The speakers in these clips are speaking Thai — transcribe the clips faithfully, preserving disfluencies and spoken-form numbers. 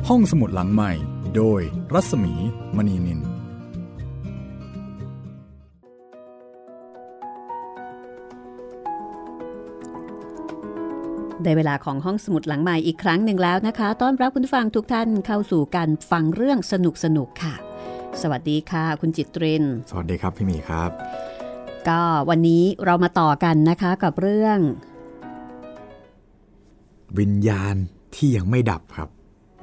ห้องสมุดหลังใหม่โดยรัศมีมณีนินได้เวลาของห้องสมุดหลังใหม่อีกครั้งหนึ่งแล้วนะคะต้อนรับคุณผู้ฟังทุกท่านเข้าสู่การฟังเรื่องสนุกสนุกค่ะสวัสดีค่ะคุณจิตรินสวัสดีครับพี่หมีครับก็วันนี้เรามาต่อกันนะคะกับเรื่องวิญญาณที่ยังไม่ดับครับ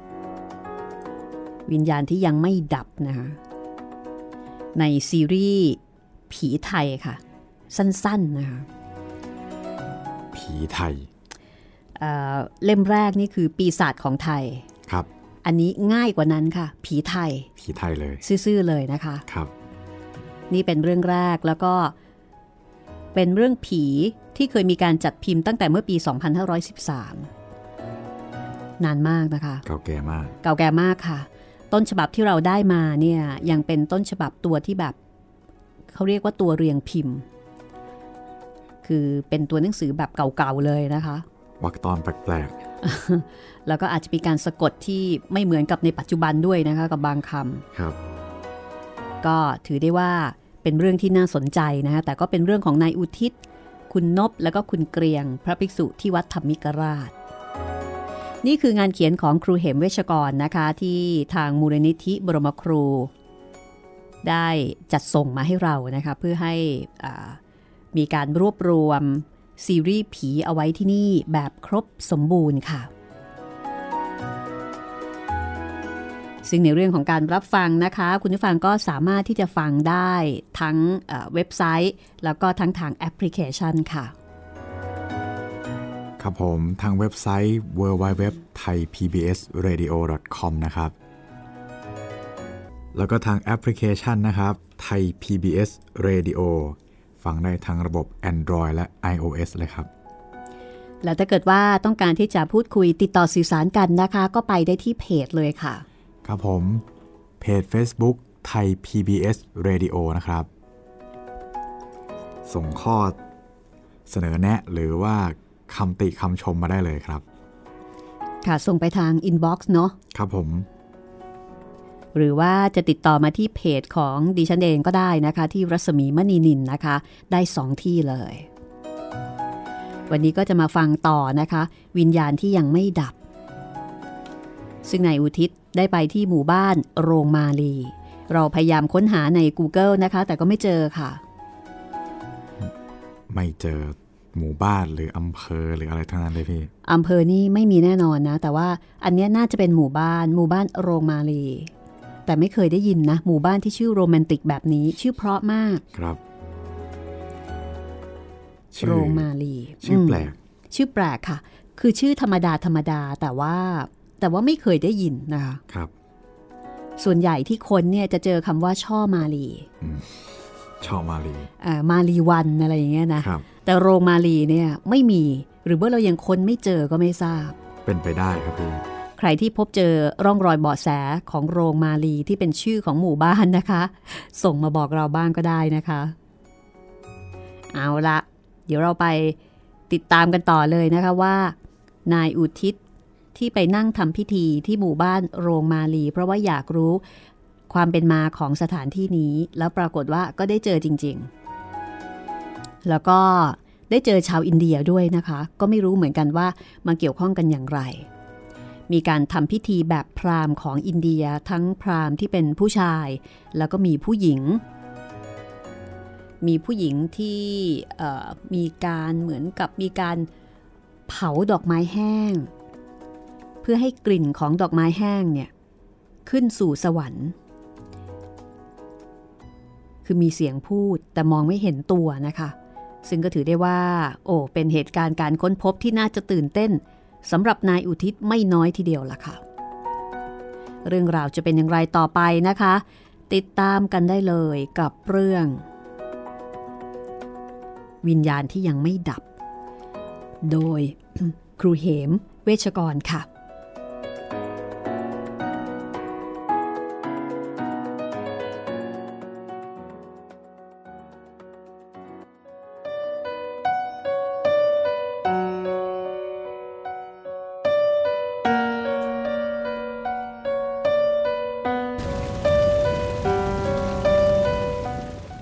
วิญญาณที่ยังไม่ดับนะคะในซีรีส์ผีไทยค่ะสั้นๆนะคะผีไทยเอ่อ เล่มแรกนี่คือปีศาจของไทยครับอันนี้ง่ายกว่านั้นค่ะผีไทยผีไทยเลยซื่อๆเลยนะคะครับนี่เป็นเรื่องแรกแล้วก็เป็นเรื่องผีที่เคยมีการจัดพิมพ์ตั้งแต่เมื่อปีสองพันห้าร้อยสิบสามนานมากนะคะเก่าแก่มากเก่าแก่มากค่ะต้นฉบับที่เราได้มาเนี่ยยังเป็นต้นฉบับตัวที่แบบเขาเรียกว่าตัวเรียงพิมพ์คือเป็นตัวหนังสือแบบเก่าๆเลยนะคะวรรคตอนแปลกๆแล้วก็อาจจะมีการสะกดที่ไม่เหมือนกับในปัจจุบันด้วยนะคะกับบางคำครับก็ถือได้ว่าเป็นเรื่องที่น่าสนใจนะคะแต่ก็เป็นเรื่องของนายอุทิศคุณนพแล้วก็คุณเกรียงพระภิกษุที่วัดธรรมิกราชนี่คืองานเขียนของครูเหมเวชกรนะคะที่ทางมูลนิธิบรมครูได้จัดส่งมาให้เรานะคะเพื่อให้มีการรวบรวมซีรีส์ผีเอาไว้ที่นี่แบบครบสมบูรณ์ค่ะซึ่งในเรื่องของการรับฟังนะคะคุณผู้ฟังก็สามารถที่จะฟังได้ทั้งเว็บไซต์แล้วก็ทั้งทางแอปพลิเคชันค่ะครับผมทางเว็บไซต์ ดับเบิลยู ดับเบิลยู ดับเบิลยู ดอท ไทย พี บี เอส เรดิโอ ดอท คอม นะครับแล้วก็ทางแอปพลิเคชันนะครับ Thai พี บี เอส Radio ฟังได้ทั้งระบบ Android และ iOS เลยครับแล้วถ้าเกิดว่าต้องการที่จะพูดคุยติดต่อสื่อสารกันนะคะก็ไปได้ที่เพจเลยค่ะครับผมเพจ Facebook Thai พี บี เอส Radio นะครับส่งข้อเสนอแนะหรือว่าคำติคำชมมาได้เลยครับค่ะส่งไปทางอินบ็อกซ์เนาะครับผมหรือว่าจะติดต่อมาที่เพจของดิฉันเองก็ได้นะคะที่รัศมีมณีนินนะคะได้สองที่เลยวันนี้ก็จะมาฟังต่อนะคะวิญญาณที่ยังไม่ดับซึ่งนายอุทิศได้ไปที่หมู่บ้านโรงมาลีเราพยายามค้นหาใน Google นะคะแต่ก็ไม่เจอค่ะไม่เจอหมู่บ้านหรืออำเภอหรืออะไรทั้งนั้นเลยพี่อำเภอนี่ไม่มีแน่นอนนะแต่ว่าอันนี้น่าจะเป็นหมู่บ้านหมู่บ้านโรงมาลีแต่ไม่เคยได้ยินนะหมู่บ้านที่ชื่อโรแมนติกแบบนี้ชื่อเพราะมากครับโรงมาลีชื่อแปลกชื่อแปลกค่ะคือชื่อธรรมดาธรรมดาแต่ว่าแต่ว่าไม่เคยได้ยินนะคะครับส่วนใหญ่ที่คนเนี่ยจะเจอคำว่าช่อมาลีช่อมาลีอ่ามาลีวันอะไรอย่างเงี้ยนะแต่โรงมาลีเนี่ยไม่มีหรือว่าเรายังค้นไม่เจอก็ไม่ทราบเป็นไปได้ครับพี่ใครที่พบเจอร่องรอยเบาะแสของโรงมาลีที่เป็นชื่อของหมู่บ้านนะคะส่งมาบอกเราบ้างก็ได้นะคะเอาละเดี๋ยวเราไปติดตามกันต่อเลยนะคะว่านายอุทิศที่ไปนั่งทำพิธีที่หมู่บ้านโรงมาลีเพราะว่าอยากรู้ความเป็นมาของสถานที่นี้แล้วปรากฏว่าก็ได้เจอจริงๆแล้วก็ได้เจอชาวอินเดียด้วยนะคะก็ไม่รู้เหมือนกันว่ามาเกี่ยวข้องกันอย่างไรมีการทำพิธีแบบพราหมณ์ของอินเดียทั้งพราหมณ์ที่เป็นผู้ชายแล้วก็มีผู้หญิงมีผู้หญิงที่มีการเหมือนกับมีการเผาดอกไม้แห้งเพื่อให้กลิ่นของดอกไม้แห้งเนี่ยขึ้นสู่สวรรค์คือมีเสียงพูดแต่มองไม่เห็นตัวนะคะซึ่งก็ถือได้ว่าโอ้เป็นเหตุการณ์การค้นพบที่น่าจะตื่นเต้นสำหรับนายอุทิศไม่น้อยทีเดียวล่ะค่ะเรื่องราวจะเป็นอย่างไรต่อไปนะคะติดตามกันได้เลยกับเรื่องวิญญาณที่ยังไม่ดับโดย ครูเหมเวชกรค่ะค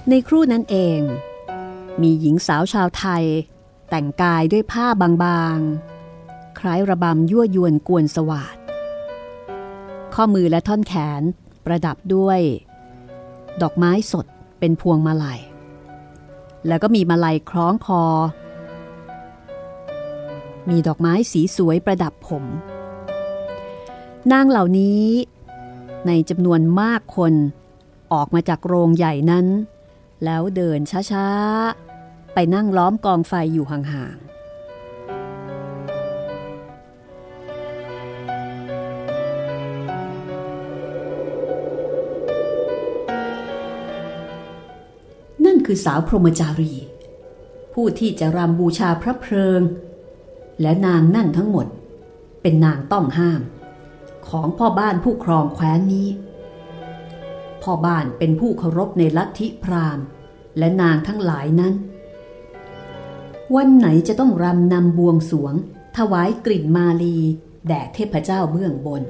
ในครู่นั้นเองมีหญิงสาวชาวไทยแต่งกายด้วยผ้าบางๆคล้ายระบำยั่วยวนกวนสวาทข้อมือและท่อนแขนประดับด้วยดอกไม้สดเป็นพวงมาลัยแล้วก็มีมาลัยคล้องคอมีดอกไม้สีสวยประดับผมนางเหล่านี้ในจำนวนมากคนออกมาจากโรงใหญ่นั้นแล้วเดินช้าๆไปนั่งล้อมกองไฟอยู่ห่างๆนั่นคือสาวพรหมจารีผู้ที่จะรำบูชาพระเพลิงและนางนั่นทั้งหมดเป็นนางต้องห้ามของพ่อบ้านผู้ครองแคว้นนี้พ่อบ้านเป็นผู้เคารพในลัทธิพราหมณ์และนางทั้งหลายนั้นวันไหนจะต้องรำนำบวงสรวงถวายกลิ่นมาลีแด่เทพเจ้าเบื้องบน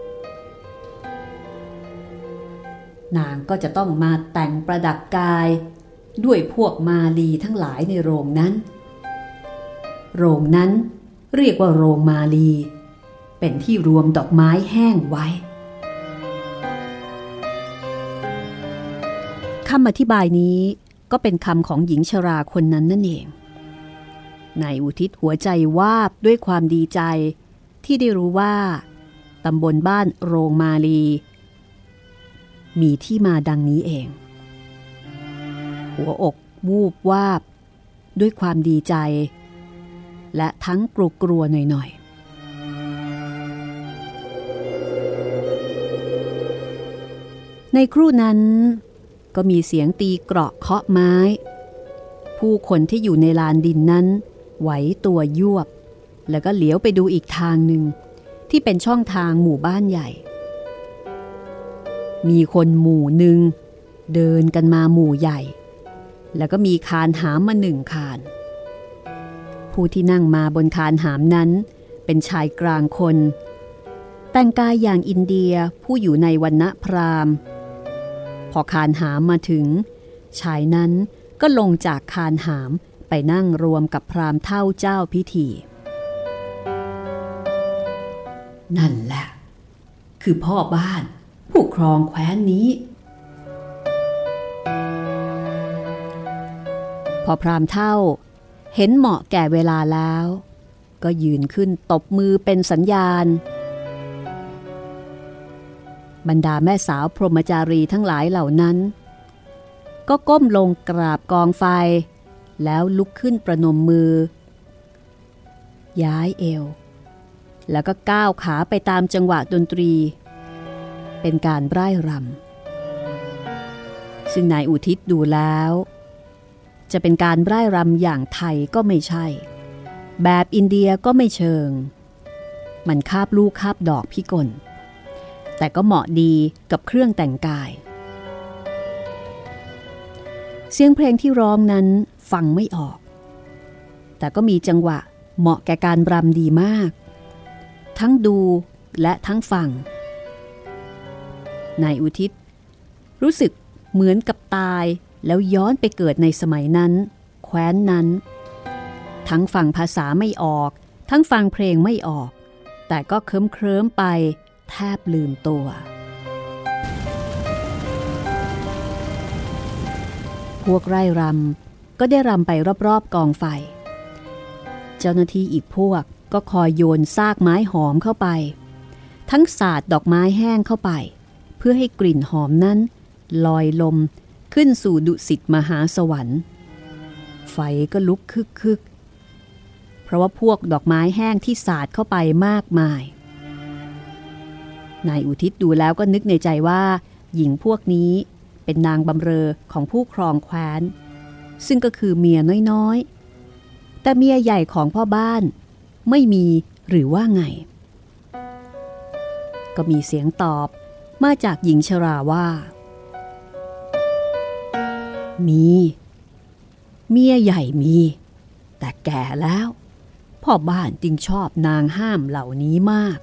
นางก็จะต้องมาแต่งประดับกายด้วยพวกมาลีทั้งหลายในโรงนั้นโรงนั้นเรียกว่าโรงมาลีเป็นที่รวมดอกไม้แห้งไว้คำอธิบายนี้ก็เป็นคำของหญิงชราคนนั้นนั่นเองนายอุทิศหัวใจวาบด้วยความดีใจที่ได้รู้ว่าตำบลบ้านโรงมาลีมีที่มาดังนี้เองหัวอกวูบวาบด้วยความดีใจและทั้งกลัวกลัวหน่อยๆในครู่นั้นก็มีเสียงตีเกราะเคาะไม้ผู้คนที่อยู่ในลานดินนั้นไหวตัวยวบแล้วก็เหลียวไปดูอีกทางหนึ่งที่เป็นช่องทางหมู่บ้านใหญ่มีคนหมู่หนึ่งเดินกันมาหมู่ใหญ่แล้วก็มีคานหามมาหนึ่งคานผู้ที่นั่งมาบนคานหามนั้นเป็นชายกลางคนแต่งกายอย่างอินเดียผู้อยู่ในวรรณะพราหมณ์พอคานหามมาถึงชายนั้นก็ลงจากคานหามไปนั่งรวมกับพราหมณ์เฒ่าเจ้าพิธีนั่นแหละคือพ่อบ้านผู้ครองแคว้นนี้พอพราหมณ์เฒ่าเห็นเหมาะแก่เวลาแล้วก็ยืนขึ้นตบมือเป็นสัญญาณบรรดาแม่สาวพรหมจารีทั้งหลายเหล่านั้นก็ก้มลงกราบกองไฟแล้วลุกขึ้นประนมมือย้ายเอวแล้วก็ก้าวขาไปตามจังหวะดนตรีเป็นการร่ายรำซึ่งนายอุทิศดูแล้วจะเป็นการร่ายรำอย่างไทยก็ไม่ใช่แบบอินเดียก็ไม่เชิงมันคาบลูกคาบดอกพิกลแต่ก็เหมาะดีกับเครื่องแต่งกายเสียงเพลงที่ร้องนั้นฟังไม่ออกแต่ก็มีจังหวะเหมาะแก่การรำดีมากทั้งดูและทั้งฟังนายอุทิศรู้สึกเหมือนกับตายแล้วย้อนไปเกิดในสมัยนั้นแคว้นนั้นทั้งฟังภาษาไม่ออกทั้งฟังเพลงไม่ออกแต่ก็เคลิ้มเคลิ้มไปแทบลืมตัวพวกไร่รำก็ได้รำไปรอบๆกองไฟเจ้าหน้าที่อีกพวกก็คอยโยนซากไม้หอมเข้าไปทั้งสาดดอกไม้แห้งเข้าไปเพื่อให้กลิ่นหอมนั้นลอยลมขึ้นสู่ดุสิตมหาสวรรค์ไฟก็ลุกคึกคึกเพราะว่าพวกดอกไม้แห้งที่สาดเข้าไปมากมายนายอุทิศดูแล้วก็นึกในใจว่าหญิงพวกนี้เป็นนางบำเรอของผู้ครองแคว้นซึ่งก็คือเมียน้อยๆแต่เมียใหญ่ของพ่อบ้านไม่มีหรือว่าไงก็มีเสียงตอบมาจากหญิงชราว่ามีเมียใหญ่มีแต่แก่แล้วพ่อบ้านจึงชอบนางห้ามเหล่านี้มาก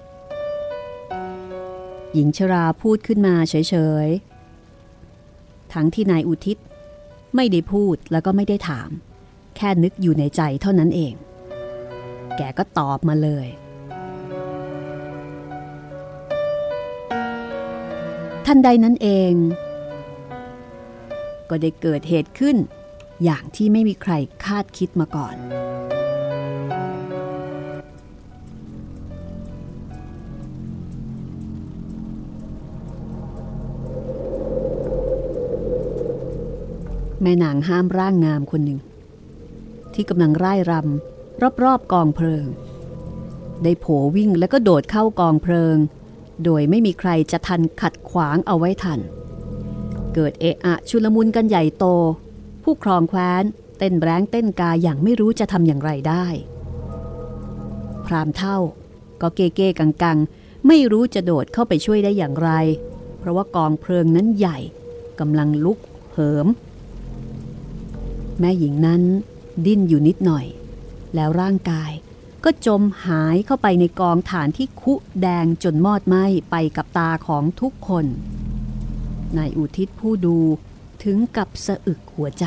หญิงชราพูดขึ้นมาเฉยๆทั้งที่นายอุทิศไม่ได้พูดแล้วก็ไม่ได้ถามแค่นึกอยู่ในใจเท่านั้นเองแกก็ตอบมาเลยทันใดนั้นเองก็ได้เกิดเหตุขึ้นอย่างที่ไม่มีใครคาดคิดมาก่อนแม่นางห้ามร่างงามคนหนึ่งที่กำลังร่ายรำรอบๆกองเพลิงได้โผวิ่งแล้วก็โดดเข้ากองเพลิงโดยไม่มีใครจะทันขัดขวางเอาไว้ทันเกิดเอะอะชุลมุนกันใหญ่โตผู้ครองแคว้นเต้นแร้งเต้นกาอย่างไม่รู้จะทำอย่างไรได้พรามเท่าก็เก้เก้กังกังไม่รู้จะโดดเข้าไปช่วยได้อย่างไรเพราะว่ากองเพลิงนั้นใหญ่กำลังลุกเหิมแม่หญิงนั้นดิ้นอยู่นิดหน่อยแล้วร่างกายก็จมหายเข้าไปในกองถ่านที่คุแดงจนมอดไหม้ไปกับตาของทุกคนนายอุทิศผู้ดูถึงกับสะอึกหัวใจ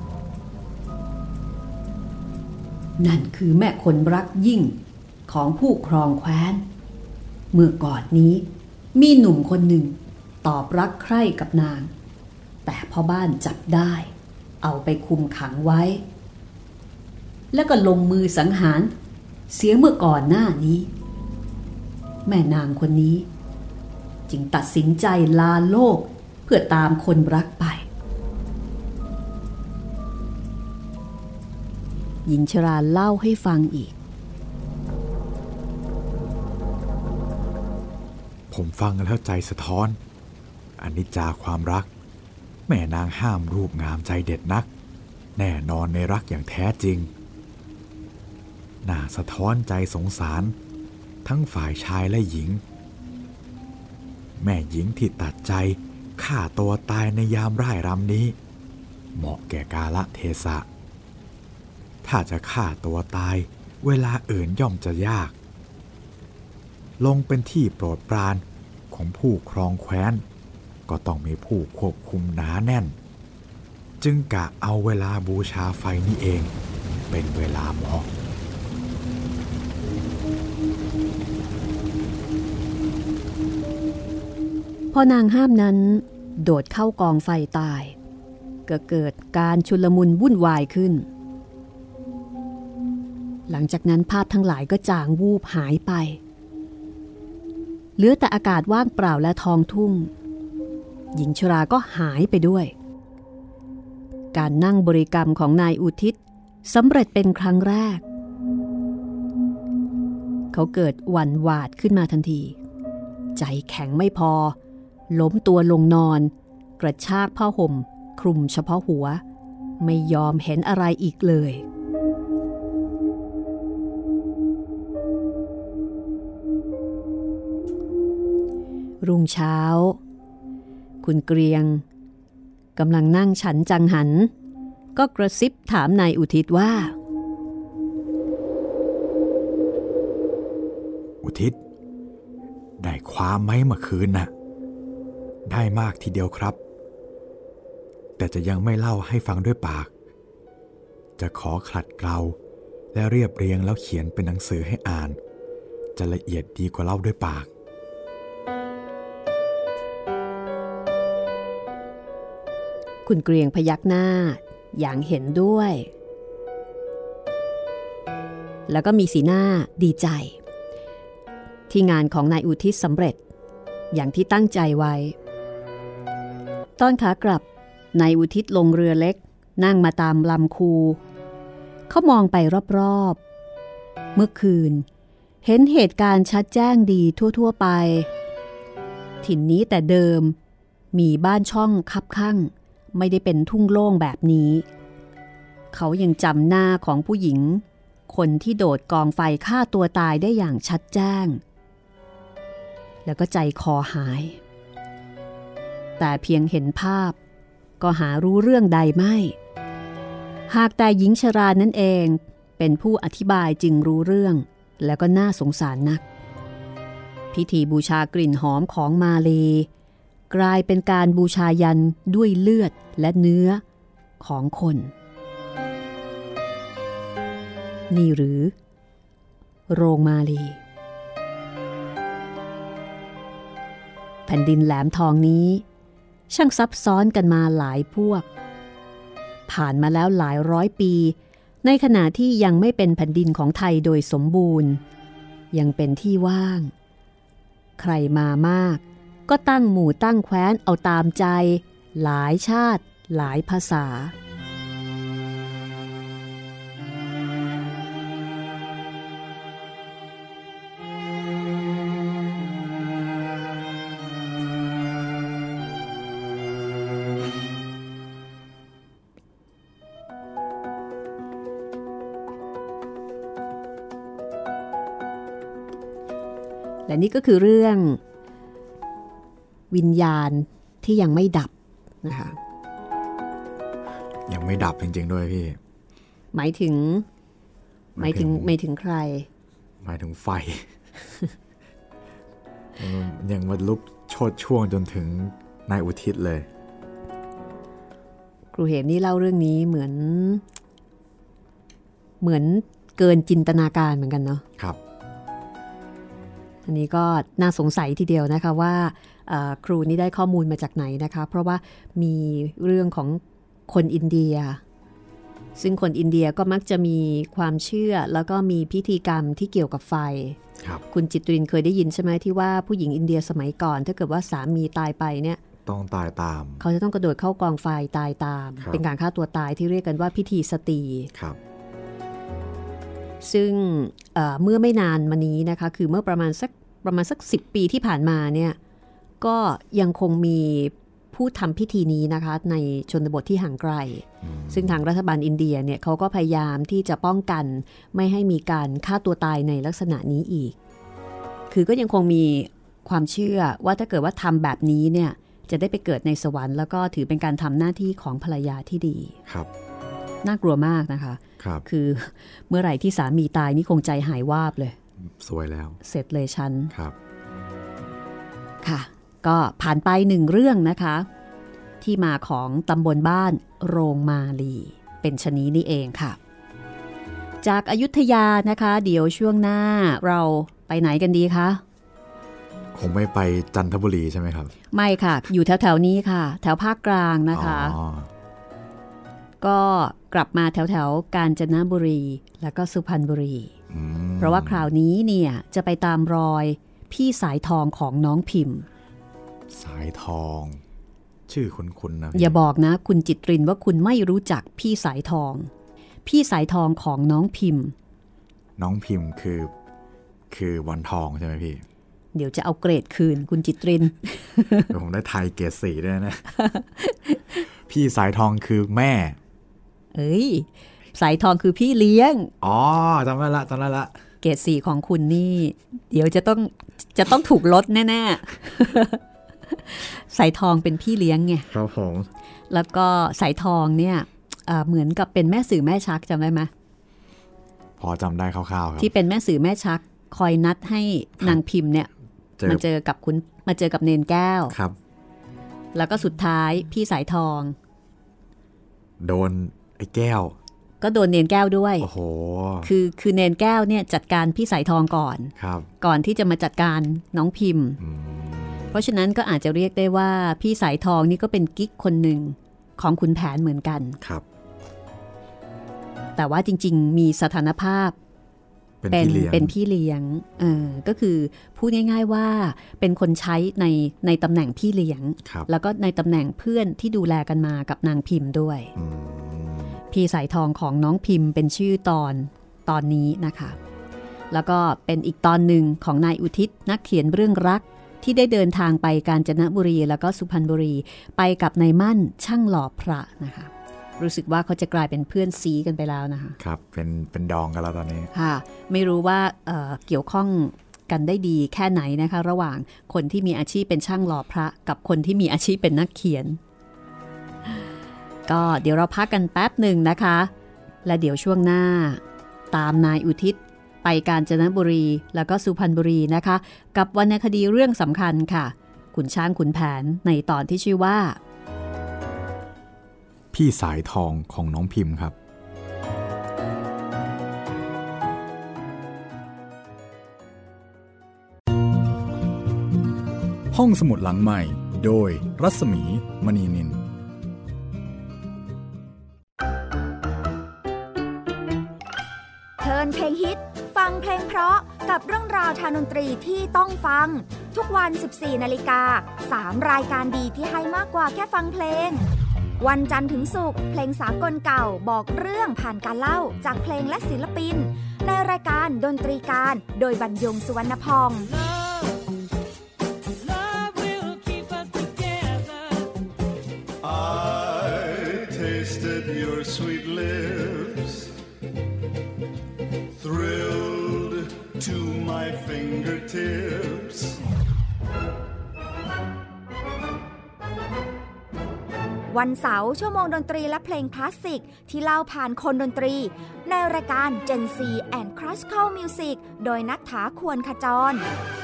นั่นคือแม่คนรักยิ่งของผู้ครองแคว้นเมื่อก่อนนี้มีหนุ่มคนหนึ่งตอบรักใคร่กับนางแต่พ่อบ้านจับได้เอาไปคุมขังไว้แล้วก็ลงมือสังหารเสียเมื่อก่อนหน้านี้แม่นางคนนี้จึงตัดสินใจลาโลกเพื่อตามคนรักไปหญิงชราเล่าให้ฟังอีกผมฟังแล้วใจสะท้อนอนิจจาความรักแม่นางห้ามรูปงามใจเด็ดนักแน่นอนในรักอย่างแท้จริงน่าสะท้อนใจสงสารทั้งฝ่ายชายและหญิงแม่หญิงที่ตัดใจฆ่าตัวตายในยามร่ายรำนี้เหมาะแก่กาลเทศะถ้าจะฆ่าตัวตายเวลาอื่นย่อมจะยากลงเป็นที่โปรดปรานของผู้ครองแคว้นก็ต้องมีผู้ควบคุมหนาแน่นจึงกะเอาเวลาบูชาไฟนี้เองเป็นเวลาเหมาะพอนางห้ามนั้นโดดเข้ากองไฟตายก็เกิดการชุลมุนวุ่นวายขึ้นหลังจากนั้นภาพทั้งหลายก็จางวูบหายไปเหลือแต่อากาศว่างเปล่าและท้องทุ่งหญิงชราก็หายไปด้วยการนั่งบริกรรมของนายอุทิศสำเร็จเป็นครั้งแรกเขาเกิดหวั่นหวาดขึ้นมาทันทีใจแข็งไม่พอล้มตัวลงนอนกระชากผ้าห่มคลุมเฉพาะหัวไม่ยอมเห็นอะไรอีกเลยรุ่งเช้าคุณเกรียงกำลังนั่งฉันจังหันก็กระซิบถามนายอุทิศว่าอุทิศได้ความไหมเมื่อคืนน่ะได้มากทีเดียวครับแต่จะยังไม่เล่าให้ฟังด้วยปากจะขอขลัดเกลาและเรียบเรียงแล้วเขียนเป็นหนังสือให้อ่านจะละเอียดดีกว่าเล่าด้วยปากคุณเกรียงพยักหน้าอย่างเห็นด้วยแล้วก็มีสีหน้าดีใจที่งานของนายอุทิศสำเร็จอย่างที่ตั้งใจไว้ตอนขากลับนายอุทิศลงเรือเล็กนั่งมาตามลำคูเขามองไปรอบๆเมื่อคืนเห็นเหตุการณ์ชัดแจ้งดีทั่วๆไปถิ่นนี้แต่เดิมมีบ้านช่องคับข้างไม่ได้เป็นทุ่งโล่งแบบนี้เขายังจำหน้าของผู้หญิงคนที่โดดกองไฟฆ่าตัวตายได้อย่างชัดแจ้งแล้วก็ใจคอหายแต่เพียงเห็นภาพก็หารู้เรื่องใดไม่หากแต่หญิงชรานั่นเองเป็นผู้อธิบายจึงรู้เรื่องแล้วก็น่าสงสารนักพิธีบูชากลิ่นหอมของมาลีกลายเป็นการบูชายันด้วยเลือดและเนื้อของคนนี่หรือโรงมาลีแผ่นดินแหลมทองนี้ช่างซับซ้อนกันมาหลายพวกผ่านมาแล้วหลายร้อยปีในขณะที่ยังไม่เป็นแผ่นดินของไทยโดยสมบูรณ์ยังเป็นที่ว่างใครมามากก็ตั้งหมู่ตั้งแคว้นเอาตามใจหลายชาติหลายภาษาและนี่ก็คือเรื่องวิญญาณที่ยังไม่ดับนะคะยังไม่ดับจริงๆด้วยพี่หมายถึงหมายถึงหมายถึงใครหมายถึงไฟ ยังมาลุกโชดช่วงจนถึงนายอุทิศเลยครูเหมนี่เล่าเรื่องนี้เหมือนเหมือนเกินจินตนาการเหมือนกันเนาะครับอันนี้ก็น่าสงสัยทีเดียวนะคะว่าครูนี่ได้ข้อมูลมาจากไหนนะคะเพราะว่ามีเรื่องของคนอินเดียซึ่งคนอินเดียก็มักจะมีความเชื่อแล้วก็มีพิธีกรรมที่เกี่ยวกับไฟครับคุณจิตรินเคยได้ยินใช่ไหมที่ว่าผู้หญิงอินเดียสมัยก่อนถ้าเกิดว่าสามีตายไปเนี่ยต้องตายตามเขาจะต้องกระโดดเข้ากองไฟตายตามเป็นการฆ่าตัวตายที่เรียกกันว่าพิธีสตีครับซึ่ง เ, เมื่อไม่นานมานี้นะคะคือเมื่อประมาณสักประมาณสักสิบปีที่ผ่านมาเนี่ยก็ยังคงมีผู้ทำพิธีนี้นะคะในชนบทที่ห่างไกลซึ่งทางรัฐบาลอินเดียเนี่ยเขาก็พยายามที่จะป้องกันไม่ให้มีการฆ่าตัวตายในลักษณะนี้อีกคือก็ยังคงมีความเชื่อว่าถ้าเกิดว่าทำแบบนี้เนี่ยจะได้ไปเกิดในสวรรค์แล้วก็ถือเป็นการทำหน้าที่ของภรรยาที่ดีครับน่ากลัวมากนะคะครับคือเมื่อไหร่ที่สามีตายนี่คงใจหายวาบเลยสวยแล้วเสร็จเลยฉันครับค่ะก็ผ่านไปหนึ่งเรื่องนะคะที่มาของตำบลบ้านโรงมาลีเป็นชนี้นี่เองค่ะจากอยุธยานะคะเดี๋ยวช่วงหน้าเราไปไหนกันดีคะคงไม่ไปจันทบุรีใช่ไหมครับไม่ค่ะอยู่แถวๆนี้ค่ะแถวภาคกลางนะคะก็กลับมาแถวๆกาญจนบุรีแล้วก็สุพรรณบุรีเพราะว่าคราวนี้เนี่ยจะไปตามรอยพี่สายทองของน้องพิมพ์สายทองชื่อคุ้นๆนะอย่าบอกนะคุณจิตรินว่าคุณไม่รู้จักพี่สายทองพี่สายทองของน้องพิมพ์น้องพิมพ์คือคือวันทองใช่ไหมพี่เดี๋ยวจะเอาเกรดคืนคุณจิตรินเดี๋ยวผมได้ไทยเกรดสี่ด้วยนะ พี่สายทองคือแม่เอ้ยสายทองคือพี่เลี้ยงอ๋อจำได้ละจำได้ละเกรดสี่ของคุณนี่เดี๋ยวจะต้องจะต้องถูกลดแน่ๆสายทองเป็นพี่เลี้ยงไงครับผมแล้วก็สายทองเนี่ยเหมือนกับเป็นแม่สื่อแม่ชักจำได้ไหมพอจำได้คร่าวๆครับที่เป็นแม่สื่อแม่ชักคอยนัดให้นางพิมพ์เนี่ยมาเจอกับคุณมาเจอกับเนนแก้วครับแล้วก็สุดท้ายพี่สายทองโดนไอ้แก้วก็โดนเนนแก้วด้วยโอ้โหคือคือเนนแก้วเนี่ยจัดการพี่สายทองก่อนครับก่อนที่จะมาจัดการน้องพิมพ์เพราะฉะนั้นก็อาจจะเรียกได้ว่าพี่สายทองนี่ก็เป็นกิ๊กคนหนึ่งของขุนแผนเหมือนกันครับแต่ว่าจริงๆมีสถานภาพเป็นเป็นพี่เลี้ยงเออก็คือพูดง่ายๆว่าเป็นคนใช้ในในตำแหน่งพี่เลี้ยงแล้วก็ในตำแหน่งเพื่อนที่ดูแลกันมากับนางพิมพ์ด้วยพี่สายทองของน้องพิมพ์เป็นชื่อตอนตอนนี้นะคะแล้วก็เป็นอีกตอนหนึ่งของนายอุทิศนักเขียนเรื่องรักที่ได้เดินทางไปกาญจนบุรีแล้วก็สุพรรณบุรีไปกับนายมั่นช่างหล่อพระนะคะรู้สึกว่าเขาจะกลายเป็นเพื่อนซีกันไปแล้วนะคะครับเป็นเป็นดองกันแล้วตอนนี้ค่ะไม่รู้ว่า เอ่อ เกี่ยวข้องกันได้ดีแค่ไหนนะคะระหว่างคนที่มีอาชีพเป็นช่างหล่อพระกับคนที่มีอาชีพเป็นนักเขียนก็เดี๋ยวเราพักกันแป๊บหนึ่งนะคะและเดี๋ยวช่วงหน้าตามนายอุทิศไปกาญจนบุรีแล้วก็สุพรรณบุรีนะคะกับวรรณคดีเรื่องสำคัญค่ะขุนช้างขุนแผนในตอนที่ชื่อว่าพี่สายทองของน้องพิมพ์ครับห้องสมุดหลังใหม่โดยรัศมีมณีนินเพลินเพลงฮิตฟังเพลงเพราะกับเรื่องราวทางดนตรีที่ต้องฟังทุกวัน สิบสี่นาฬิกา สามรายการดีที่ให้มากกว่าแค่ฟังเพลงวันจันทร์ถึงศุกร์เพลงสากลเก่าบอกเรื่องผ่านการเล่าจากเพลงและศิลปินในรายการดนตรีการโดยบรรยงสุวรรณพอง Your sweet lips thrilled to my fingertips วันเสาร์ชั่วโมงดนตรีและเพลงคลาสสิกที่เล่าผ่านคนดนตรีในรายการ Gen ซี and Classical Music โดยณัฐฐา ควรขจร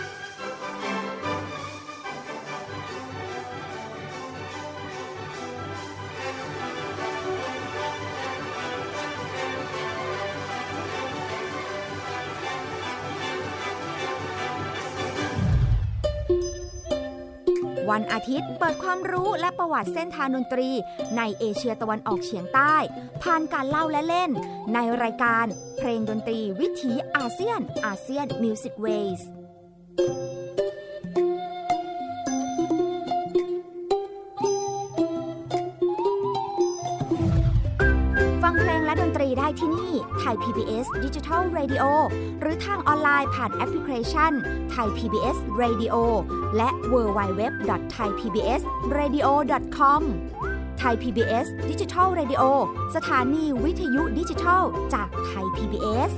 วันอาทิตย์เปิดความรู้และประวัติเส้นทางดนตรีในเอเชียตะวันออกเฉียงใต้ผ่านการเล่าและเล่นในรายการเพลงดนตรีวิถีอาเซียนอาเซียนมิวสิกเวย์ฟังเพลงและดนตรีได้ที่นี่ไทย พี บี เอส Digital Radio หรือทางออนไลน์ผ่านแอปพลิเคชัน Thai พี บี เอส Radio และ ดับเบิลยู ดับเบิลยู ดับเบิลยู ดอท ไทย พี บี เอส เรดิโอ ดอท คอม Thai พี บี เอส Digital Radio สถานีวิทยุดิจิทัลจากไทย พี บี เอส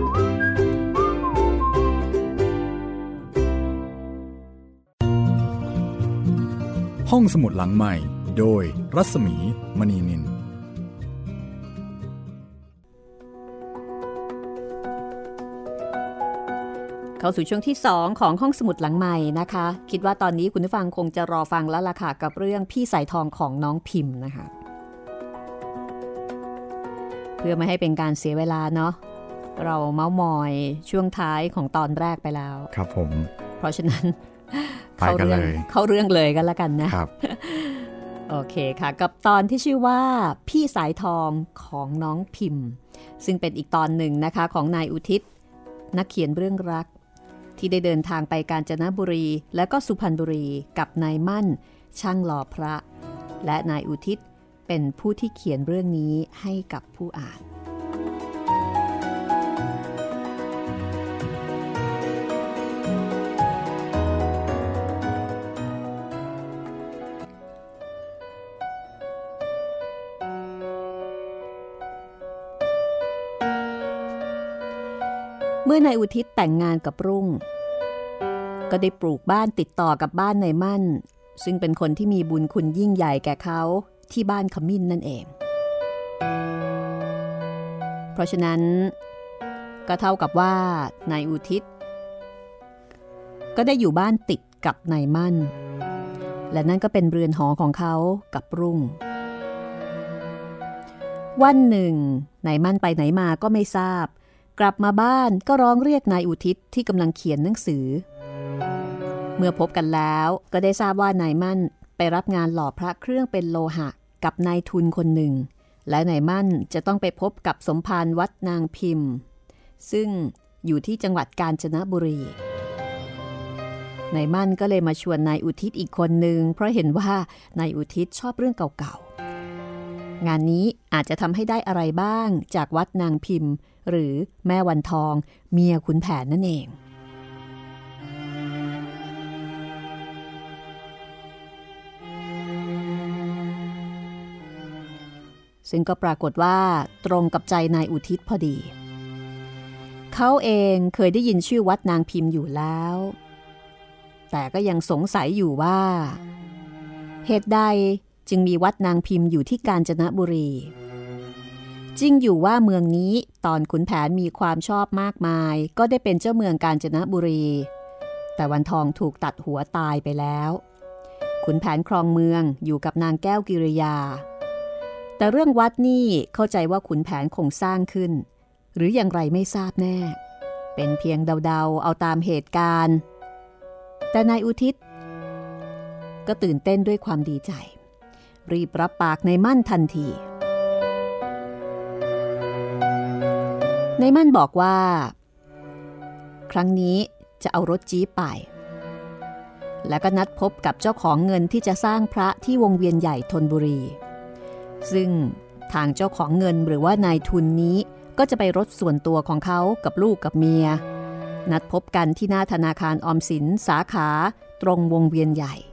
ห้องสมุดหลังใหม่โดยรัศมีมณีนินเข้าสู่ช่วงที่สองของห้องสมุดหลังใหม่นะคะคิดว่าตอนนี้คุณผู้ฟังคงจะรอฟังแล้วล่ะค่ะกับเรื่องพี่สายทองของน้องพิมพ์นะคะเพื่อไม่ให้เป็นการเสียเวลาเนาะเราเม้ามอยช่วงท้ายของตอนแรกไปแล้วครับผมเพราะฉะนั้นเข้าเรื่องเข้าเรื่องเลยกันแล้วกันนะครับโอเคค่ะกับตอนที่ชื่อว่าพี่สายทองของน้องพิมพ์ซึ่งเป็นอีกตอนหนึ่งนะคะของนายอุทิศนักเขียนเรื่องรักที่ได้เดินทางไปกาญจนบุรีและก็สุพรรณบุรีกับนายมั่นช่างหล่อพระและนายอุทิศเป็นผู้ที่เขียนเรื่องนี้ให้กับผู้อ่านเมื่อนายอุทิศแต่งงานกับรุ่งก็ได้ปลูกบ้านติดต่อกับบ้านนายมั่นซึ่งเป็นคนที่มีบุญคุณยิ่งใหญ่แก่เขาที่บ้านขมิ้นนั่นเองเพราะฉะนั้นก็เท่ากับว่านายอุทิศก็ได้อยู่บ้านติดกับนายมั่นและนั่นก็เป็นเรือนหอของเขากับรุ่งวันหนึ่งนายมั่นไปไหนมาก็ไม่ทราบกลับมาบ้านก็ร้องเรียกนายอุทิศที่กำลังเขียนหนังสือเมื่อพบกันแล้วก็ได้ทราบว่านายมั่นไปรับงานหล่อพระเครื่องเป็นโลหะกับนายทุนคนหนึ่งและนายมั่นจะต้องไปพบกับสมภารวัดนางพิมพ์ซึ่งอยู่ที่จังหวัดกาญจนบุรีนายมั่นก็เลยมาชวนนายอุทิศอีกคนหนึ่งเพราะเห็นว่านายอุทิศชอบเรื่องเก่าๆงานนี้อาจจะทำให้ได้อะไรบ้างจากวัดนางพิมพ์หรือแม่วันทองเมียขุนแผนนั่นเองซึ่งก็ปรากฏว่าตรงกับใจนายอุทิศพอดีเขาเองเคยได้ยินชื่อวัดนางพิมพ์อยู่แล้วแต่ก็ยังสงสัยอยู่ว่าเหตุใดจึงมีวัดนางพิมพ์อยู่ที่กาญจนบุรีจริงอยู่ว่าเมืองนี้ตอนขุนแผนมีความชอบมากมายก็ได้เป็นเจ้าเมืองกาญจนบุรีแต่วันทองถูกตัดหัวตายไปแล้วขุนแผนครองเมืองอยู่กับนางแก้วกิริยาแต่แต่เรื่องวัดนี่เข้าใจว่าขุนแผนคงสร้างขึ้นหรืออย่างไรไม่ทราบแน่เป็นเพียงเดาๆเอาตามเหตุการณ์แต่นายอุทิศก็ตื่นเต้นด้วยความดีใจรีบรับปากนายมั่นทันทีนายมั่นบอกว่าครั้งนี้จะเอารถจี๊ปไปแล้วก็นัดพบกับเจ้าของเงินที่จะสร้างพระที่วงเวียนใหญ่ธนบุรีซึ่งทางเจ้าของเงินหรือว่านายทุนนี้ก็จะไปรถส่วนตัวของเขากับลูกกับเมียนัดพบกันที่หน้าธนาคารออมสินสาขาตรงวงเวียนใหญ่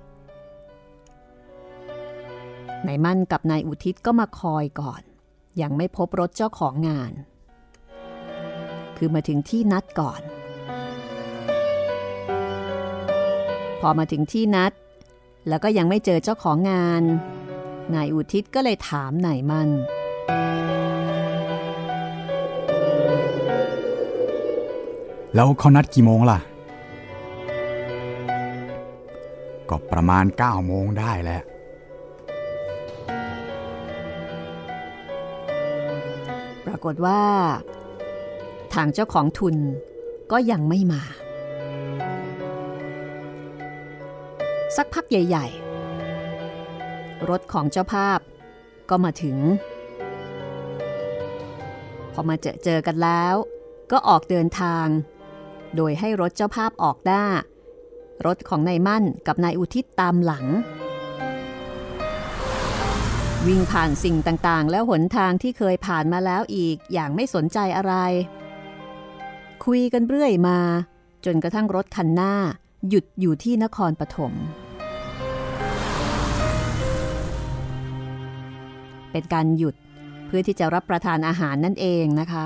นายมั่นกับนายอุทิศก็มาคอยก่อนยังไม่พบรถเจ้าของงานคือมาถึงที่นัดก่อนพอมาถึงที่นัดแล้วก็ยังไม่เจอเจ้าของงานนายอุทิศก็เลยถามนายมั่นแล้วเขานัดกี่โมงล่ะก็ประมาณเก้าโมงได้แหละปรากฏว่าทางเจ้าของทุนก็ยังไม่มาสักพักใหญ่ๆรถของเจ้าภาพก็มาถึงพอมาเจอเจอกันแล้วก็ออกเดินทางโดยให้รถเจ้าภาพออกหน้ารถของนายมั่นกับนายอุทิศตามหลังวิ่งผ่านสิ่งต่างๆแล้วหนทางที่เคยผ่านมาแล้วอีกอย่างไม่สนใจอะไรคุยกันเรื่อยมาจนกระทั่งรถคันหน้าหยุดอยู่ที่นครปฐมเป็นการหยุดเพื่อที่จะรับประทานอาหารนั่นเองนะคะ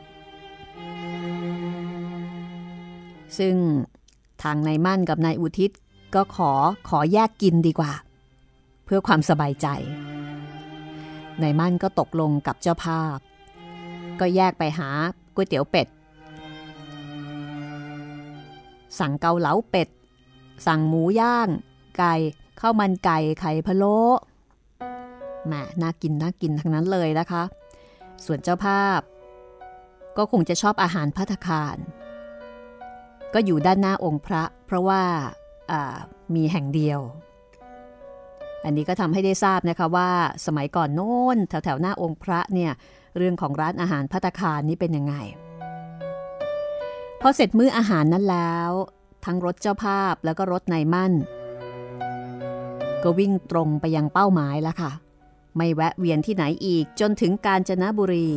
ซึ่งทางนายมั่นกับนายอุทิศก็ขอขอแยกกินดีกว่าเพื่อความสบายใจนายมั่นก็ตกลงกับเจ้าภาพก็แยกไปหาก๋วยเตี๋ยวเป็ดสั่งเกาเหลาเป็ดสั่งหมูย่างไก่ข้าวมันไก่ไข่พะโล้แหมน่ากินน่ากินทั้งนั้นเลยนะคะส่วนเจ้าภาพก็คงจะชอบอาหารภัตตาคารก็อยู่ด้านหน้าองค์พระเพราะว่ามีแห่งเดียวอันนี้ก็ทำให้ได้ทราบนะคะว่าสมัยก่อนโน้นแถวๆหน้าองค์พระเนี่ยเรื่องของร้านอาหารภัตตาคารนี่เป็นยังไงพอเสร็จมื้ออาหารนั้นแล้วทั้งรถเจ้าภาพแล้วก็รถนายมั่นก็วิ่งตรงไปยังเป้าหมายแล้วค่ะไม่แวะเวียนที่ไหนอีกจนถึงกาญจนบุรี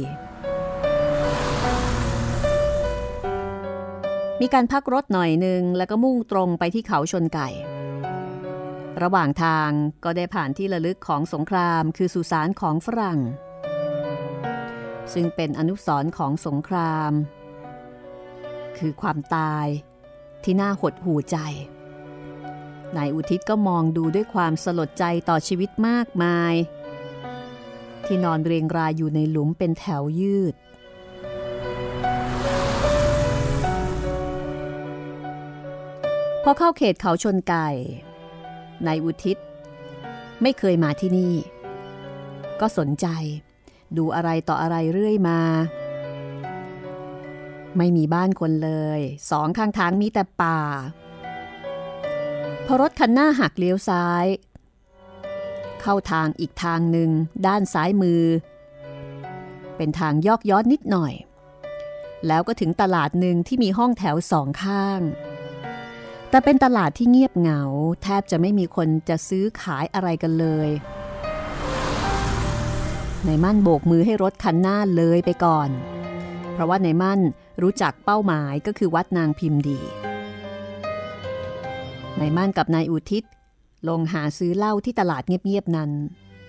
มีการพักรถหน่อยนึงแล้วก็มุ่งตรงไปที่เขาชนไก่ระหว่างทางก็ได้ผ่านที่ระลึกของสงครามคือสุสานของฝรั่งซึ่งเป็นอนุสรณ์ของสงครามคือความตายที่น่าหดหู่ใจนายอุทิศก็มองดูด้วยความสลดใจต่อชีวิตมากมายที่นอนเรียงรายอยู่ในหลุมเป็นแถวยืดพอเข้าเขตเขาชนไก่นายอุทิศไม่เคยมาที่นี่ก็สนใจดูอะไรต่ออะไรเรื่อยมาไม่มีบ้านคนเลยสองข้างทางมีแต่ป่าพอรถคันหน้าหักเลี้ยวซ้ายเข้าทางอีกทางหนึ่งด้านซ้ายมือเป็นทางยอกย้อนนิดหน่อยแล้วก็ถึงตลาดหนึ่งที่มีห้องแถวสองข้างแต่เป็นตลาดที่เงียบเหงาแทบจะไม่มีคนจะซื้อขายอะไรกันเลยนายมั่นโบกมือให้รถคันหน้าเลยไปก่อนเพราะว่านายมั่นรู้จักเป้าหมายก็คือวัดนางพิมพ์ดีนายมั่นกับนายอุทิศลงหาซื้อเหล้าที่ตลาดเงียบๆนั้น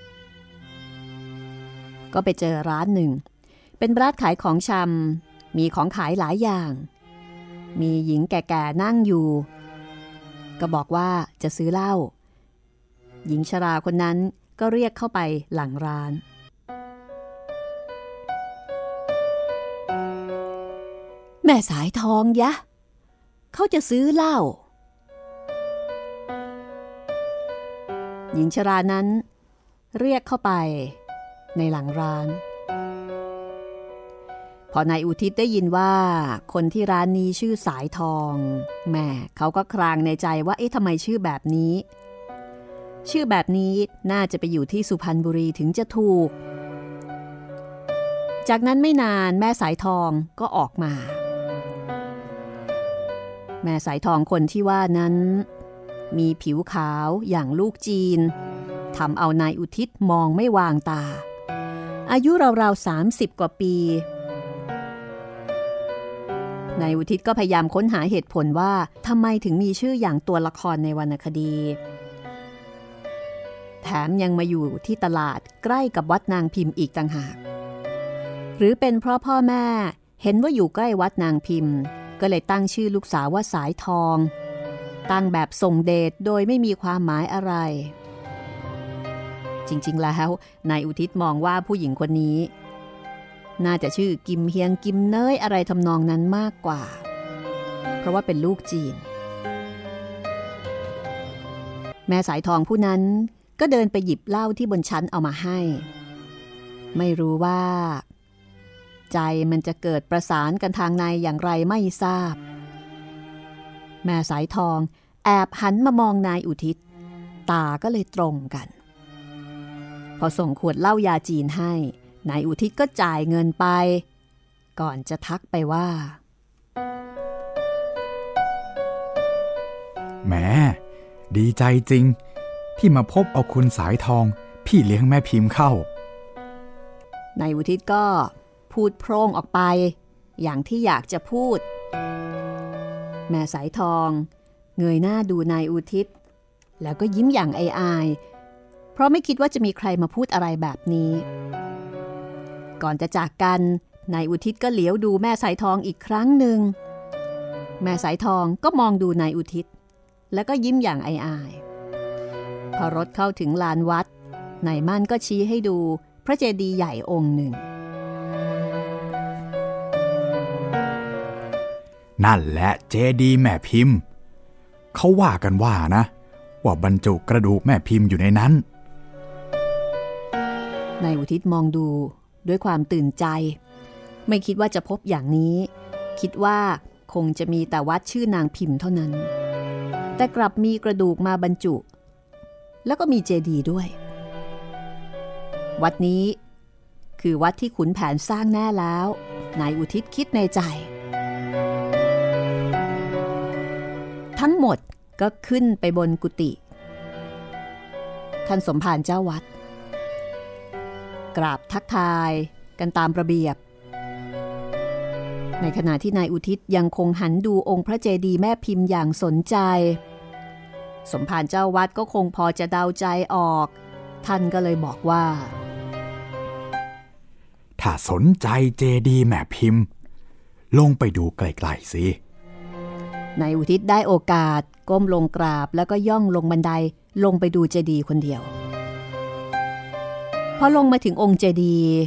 ก็ไปเจอร้านหนึ่งเป็นร้านขายของชำมีของขายหลายอย่างมีหญิงแก่ๆนั่งอยู่ก็บอกว่าจะซื้อเหล้าหญิงชราคนนั้นก็เรียกเข้าไปหลังร้านแม่สายทองยะเขาจะซื้อเหล้าหญิงชรานั้นเรียกเข้าไปในหลังร้านพอนายอุทิศได้ยินว่าคนที่ร้านนี้ชื่อสายทองแม่เขาก็ครางในใจว่าเอ๊ะทำไมชื่อแบบนี้ชื่อแบบนี้น่าจะไปอยู่ที่สุพรรณบุรีถึงจะถูกจากนั้นไม่นานแม่สายทองก็ออกมาแม่สายทองคนที่ว่านั้นมีผิวขาวอย่างลูกจีนทำเอานายอุทิศมองไม่วางตาอายุราวๆสามสิบกว่าปีนายอุทิศก็พยายามค้นหาเหตุผลว่าทำไมถึงมีชื่ออย่างตัวละครในวรรณคดีแถมยังมาอยู่ที่ตลาดใกล้กับวัดนางพิมพ์อีกต่างหากหรือเป็นเพราะพ่อแม่เห็นว่าอยู่ใกล้วัดนางพิมพ์ก็เลยตั้งชื่อลูกสาวว่าสายทองตั้งแบบส่งเดชโดยไม่มีความหมายอะไรจริงๆแล้วนายอุทิศมองว่าผู้หญิงคนนี้น่าจะชื่อกิมเฮียงกิมเนยอะไรทำนองนั้นมากกว่าเพราะว่าเป็นลูกจีนแม่สายทองผู้นั้นก็เดินไปหยิบเหล้าที่บนชั้นเอามาให้ไม่รู้ว่าใจมันจะเกิดประสานกันทางในอย่างไรไม่ทราบแม่สายทองแอบหันมามองนายอุทิศตาก็เลยตรงกันพอส่งขวดเหล้ายาจีนให้นายอุทิศก็จ่ายเงินไปก่อนจะทักไปว่าแหมดีใจจริงที่มาพบเอาคุณสายทองพี่เลี้ยงแม่พิมพ์เข้านายอุทิศก็พูดโพร่งออกไปอย่างที่อยากจะพูดแม่สายทองเงยหน้าดูนายอุทิศแล้วก็ยิ้มอย่างอายๆเพราะไม่คิดว่าจะมีใครมาพูดอะไรแบบนี้ก่อนจะจากกันนายอุทิศก็เหลียวดูแม่สายทองอีกครั้งหนึ่งแม่สายทองก็มองดูนายอุทิศแล้วก็ยิ้มอย่างอายๆพอรถเข้าถึงลานวัดนายมั่นก็ชี้ให้ดูพระเจดีย์ใหญ่องค์หนึ่งนั่นแหละเจดีย์แม่พิมพ์เขาว่ากันว่านะว่าบรรจุกระดูกแม่พิมพ์อยู่ในนั้นนายอุทิศมองดูด้วยความตื่นใจไม่คิดว่าจะพบอย่างนี้คิดว่าคงจะมีแต่วัดชื่อนางพิมพ์เท่านั้นแต่กลับมีกระดูกมาบรรจุแล้วก็มีเจดีย์ด้วยวัดนี้คือวัดที่ขุนแผนสร้างแน่แล้วนายอุทิศคิดในใจทั้งหมดก็ขึ้นไปบนกุฏิท่านสมภารเจ้าวัดกราบทักทายกันตามระเบียบในขณะที่นายอุทิศยังคงหันดูองค์พระเจดีย์แม่พิมพ์อย่างสนใจสมภารเจ้าวัดก็คงพอจะเดาใจออกท่านก็เลยบอกว่าถ้าสนใจเจดีย์แม่พิมพ์ลงไปดูไกลๆสินายอุทิศได้โอกาสก้มลงกราบแล้วก็ย่องลงบันไดลงไปดูเจดีย์คนเดียวพอลงมาถึงองค์เจดีย์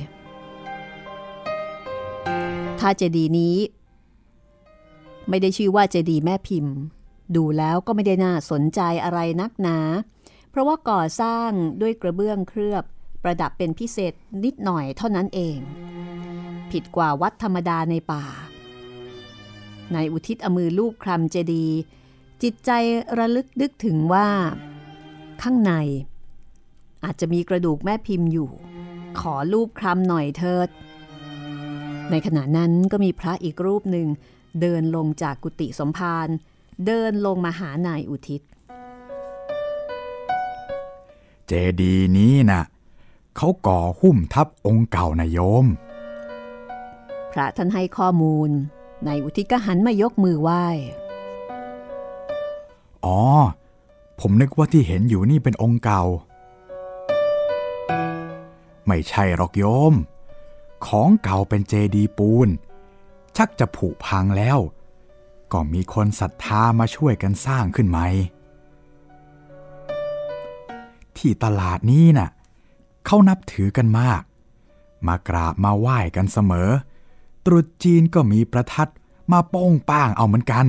ถ้าเจดีย์นี้ไม่ได้ชื่อว่าเจดีย์แม่พิมพ์ดูแล้วก็ไม่ได้น่าสนใจอะไรนักหนาเพราะว่าก่อสร้างด้วยกระเบื้องเคลือบประดับเป็นพิเศษนิดหน่อยเท่านั้นเองผิดกว่าวัดธรรมดาในป่านายอุทิศเอามือลูบคลำเจดีย์จิตใจระลึกนึกถึงว่าข้างในอาจจะมีกระดูกแม่พิมพ์อยู่ขอลูบคลำหน่อยเถิดในขณะนั้นก็มีพระอีกรูปหนึ่งเดินลงจากกุฏิสมภารเดินลงมาหานายอุทิศเจดีย์นี้น่ะเขาก่อหุ้มทับองค์เก่านะโยมพระท่านให้ข้อมูลนายอุทิศก็หันมายกมือไหว้อ๋อผมนึกว่าที่เห็นอยู่นี่เป็นองค์เก่าไม่ใช่หรอกโยมของเก่าเป็นเจดีย์ปูนชักจะผุพังแล้วก็มีคนศรัทธามาช่วยกันสร้างขึ้นใหม่ที่ตลาดนี้น่ะเขานับถือกันมากมากราบมาไหว้กันเสมอตรุษจีนก็มีประทัดมาโป้งป้างเอาเหมือนกัน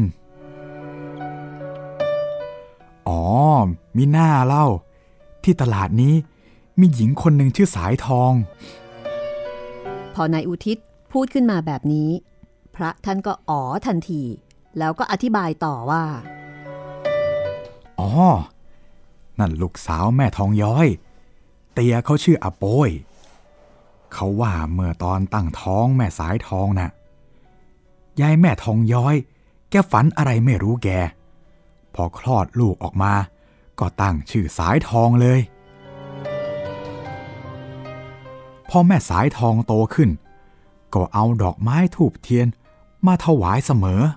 อ๋อมีหน้าเล่าที่ตลาดนี้มีหญิงคนหนึ่งชื่อสายทองพอนายอุทิศพูดขึ้นมาแบบนี้พระท่านก็อ๋อทันทีแล้วก็อธิบายต่อว่าอ๋อนั่นลูกสาวแม่ทองย้อยเตียเขาชื่ออาโปยเขาว่าเมื่อตอนตั้งท้องแม่สายทองน่ะยายแม่ทองย้อยแกฝันอะไรไม่รู้แกพอคลอดลูกออกมาก็ตั้งชื่อสายทองเลยพอแม่สายทองโตขึ้นก็เอาดอกไม้ธูปเทียนมาถวายเสมอ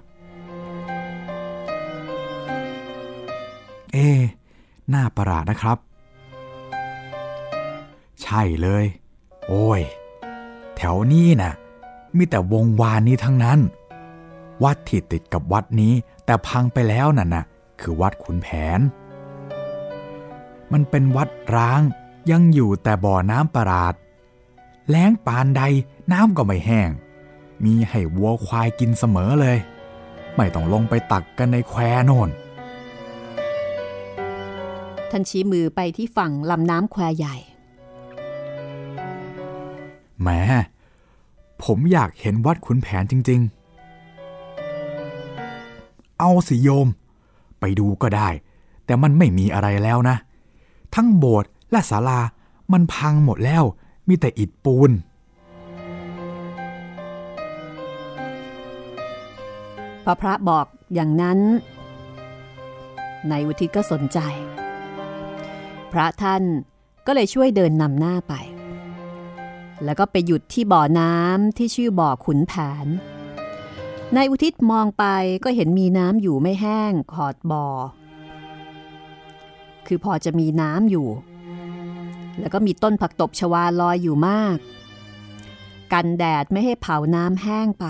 เอ๊น่าประหลาดนะครับใช่เลยโอ้ยแถวนี้น่ะมีแต่วงวานนี้ทั้งนั้นวัดที่ติดกับวัดนี้แต่พังไปแล้วน่ะนะคือวัดขุนแผนมันเป็นวัดร้างยังอยู่แต่บ่อน้ำประหลาดแล้งปานใดน้ำก็ไม่แห้งมีให้วัวควายกินเสมอเลยไม่ต้องลงไปตักกันในแควโน่นท่านชี้มือไปที่ฝั่งลำน้ำแควใหญ่แหมผมอยากเห็นวัดขุนแผนจริงๆเอาสิโยมไปดูก็ได้แต่มันไม่มีอะไรแล้วนะทั้งโบสถ์และศาลามันพังหมดแล้วมีแต่อิฐปูนพอพระบอกอย่างนั้นนายอุทิศก็สนใจพระท่านก็เลยช่วยเดินนำหน้าไปแล้วก็ไปหยุดที่บ่อน้ำที่ชื่อบ่อขุนแผนนายอุทิศมองไปก็เห็นมีน้ำอยู่ไม่แห้งขอดบ่อคือพอจะมีน้ำอยู่แล้วก็มีต้นผักตบชวาลอยอยู่มากกันแดดไม่ให้เผาน้ำแห้งไป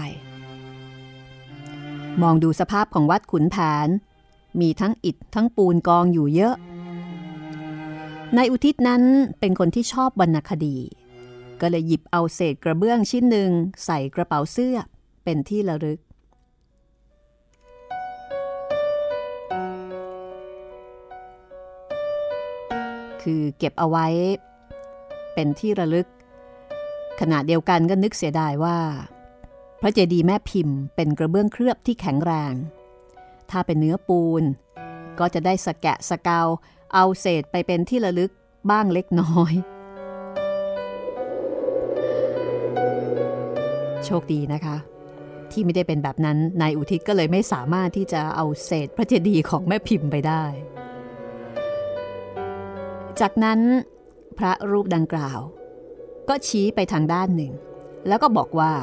มองดูสภาพของวัดขุนแผนมีทั้งอิฐทั้งปูนกองอยู่เยอะนายอุทิศนั้นเป็นคนที่ชอบวรรณคดีก็เลยหยิบเอาเศษกระเบื้องชิ้นหนึ่งใส่กระเป๋าเสื้อเป็นที่ระลึกคือเก็บเอาไว้เป็นที่ระลึกขณะเดียวกันก็นึกเสียดายว่าพระเจดีย์แม่พิมพ์เป็นกระเบื้องเคลือบที่แข็งแรงถ้าเป็นเนื้อปูนก็จะได้สแกะสเกาเอาเศษไปเป็นที่ระลึกบ้างเล็กน้อยโชคดีนะคะที่ไม่ได้เป็นแบบนั้นนายอุทิศก็เลยไม่สามารถที่จะเอาเศษพระเจดีย์ของแม่พิมพ์ไปได้จากนั้นพระรูปดังกล่าวก็ชี้ไปทางด้านหนึ่งแล้วก็บอกว่า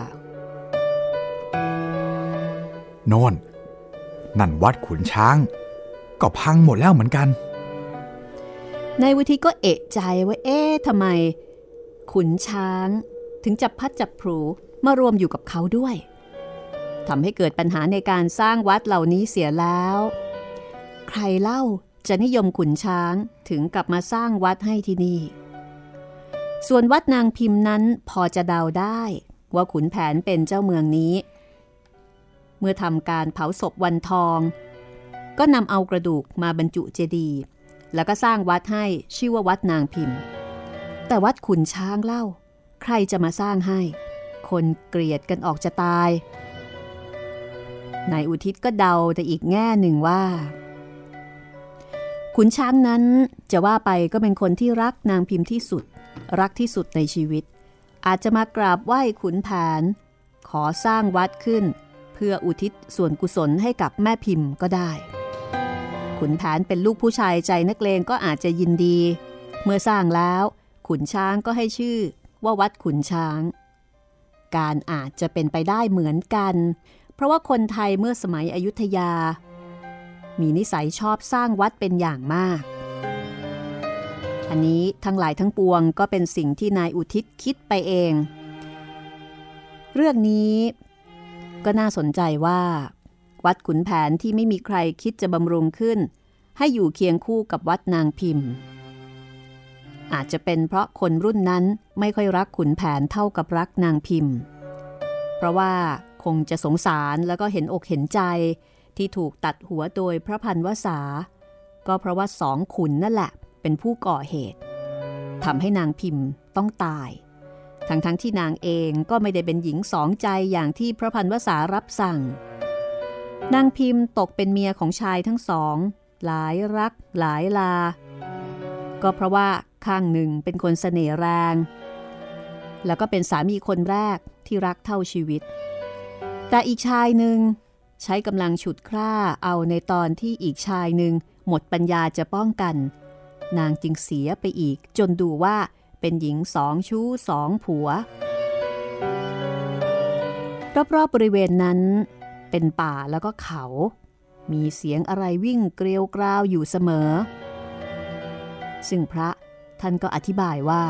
โน่นนั่นวัดขุนช้างก็พังหมดแล้วเหมือนกันนายวุฒิก็เอะใจว่าเอ๊ะทำไมขุนช้างถึงจับพัดจับผูมารวมอยู่กับเขาด้วยทำให้เกิดปัญหาในการสร้างวัดเหล่านี้เสียแล้วใครเล่าจะนิยมขุนช้างถึงกลับมาสร้างวัดให้ที่นี่ส่วนวัดนางพิมพ์นั้นพอจะเดาได้ว่าขุนแผนเป็นเจ้าเมืองนี้เมื่อทำการเผาศพวันทองก็นำเอากระดูกมาบรรจุเจดีย์แล้วก็สร้างวัดให้ชื่อว่าวัดนางพิมพ์แต่วัดขุนช้างเล่าใครจะมาสร้างให้คนเกลียดกันออกจะตายนายอุทิศก็เดาแต่อีกแง่หนึ่งว่าขุนช้างนั้นจะว่าไปก็เป็นคนที่รักนางพิมพ์ที่สุดรักที่สุดในชีวิตอาจจะมากราบไหว้ขุนแผนขอสร้างวัดขึ้นเพื่ออุทิศส่วนกุศลให้กับแม่พิมพ์ก็ได้ขุนแผนเป็นลูกผู้ชายใจนักเลงก็อาจจะยินดีเมื่อสร้างแล้วขุนช้างก็ให้ชื่อว่าวัดขุนช้างการอาจจะเป็นไปได้เหมือนกันเพราะว่าคนไทยเมื่อสมัยอยุธยามีนิสัยชอบสร้างวัดเป็นอย่างมากอันนี้ทั้งหลายทั้งปวงก็เป็นสิ่งที่นายอุทิศคิดไปเองเรื่องนี้ก็น่าสนใจว่าวัดขุนแผนที่ไม่มีใครคิดจะบำรุงขึ้นให้อยู่เคียงคู่กับวัดนางพิมพ์อาจจะเป็นเพราะคนรุ่นนั้นไม่ค่อยรักขุนแผนเท่ากับรักนางพิมพ์เพราะว่าคงจะสงสารแล้วก็เห็นอกเห็นใจที่ถูกตัดหัวโดยพระพันวษาก็เพราะว่าสองขุนนั่นแหละเป็นผู้ก่อเหตุทำให้นางพิมพ์ต้องตายทั้งๆ ท, ที่นางเองก็ไม่ได้เป็นหญิงสองใจอย่างที่พระพันวษารับสั่งนางพิมพ์ตกเป็นเมียของชายทั้งสองหลายรักหลายลาก็เพราะว่าข้างหนึ่งเป็นคนเสน่ห์แรงแล้วก็เป็นสามีคนแรกที่รักเท่าชีวิตแต่อีกชายหนึ่งใช้กำลังฉุดคร่าเอาในตอนที่อีกชายหนึ่งหมดปัญญาจะป้องกันนางจึงเสียไปอีกจนดูว่าเป็นหญิงสองชู้สองผัวรอบๆบริเวณนั้นเป็นป่าแล้วก็เขามีเสียงอะไรวิ่งเกลียวกราวอยู่เสมอซึ่งพระท่านก็อธิบายว่า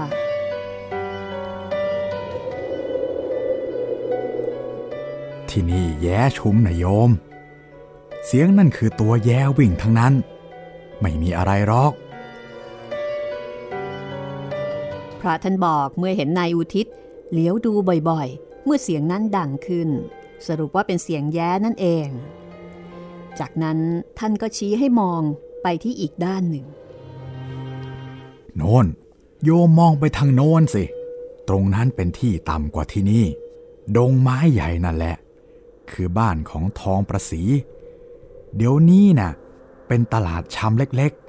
ที่นี่แย้ชุมนะโยมเสียงนั่นคือตัวแย้วิ่งทั้งนั้นไม่มีอะไรหรอกพระท่านบอกเมื่อเห็นนายอุทิศเลี้ยวดูบ่อยๆเมื่อเสียงนั้นดังขึ้นสรุปว่าเป็นเสียงแย้นั่นเองจากนั้นท่านก็ชี้ให้มองไปที่อีกด้านหนึ่งโน่นโยมมองไปทางโน้นสิตรงนั้นเป็นที่ต่ำกว่าที่นี่ดงไม้ใหญ่นั่นแหละคือบ้านของทองประศรีเดี๋ยวนี้น่ะเป็นตลาดชำเล็ก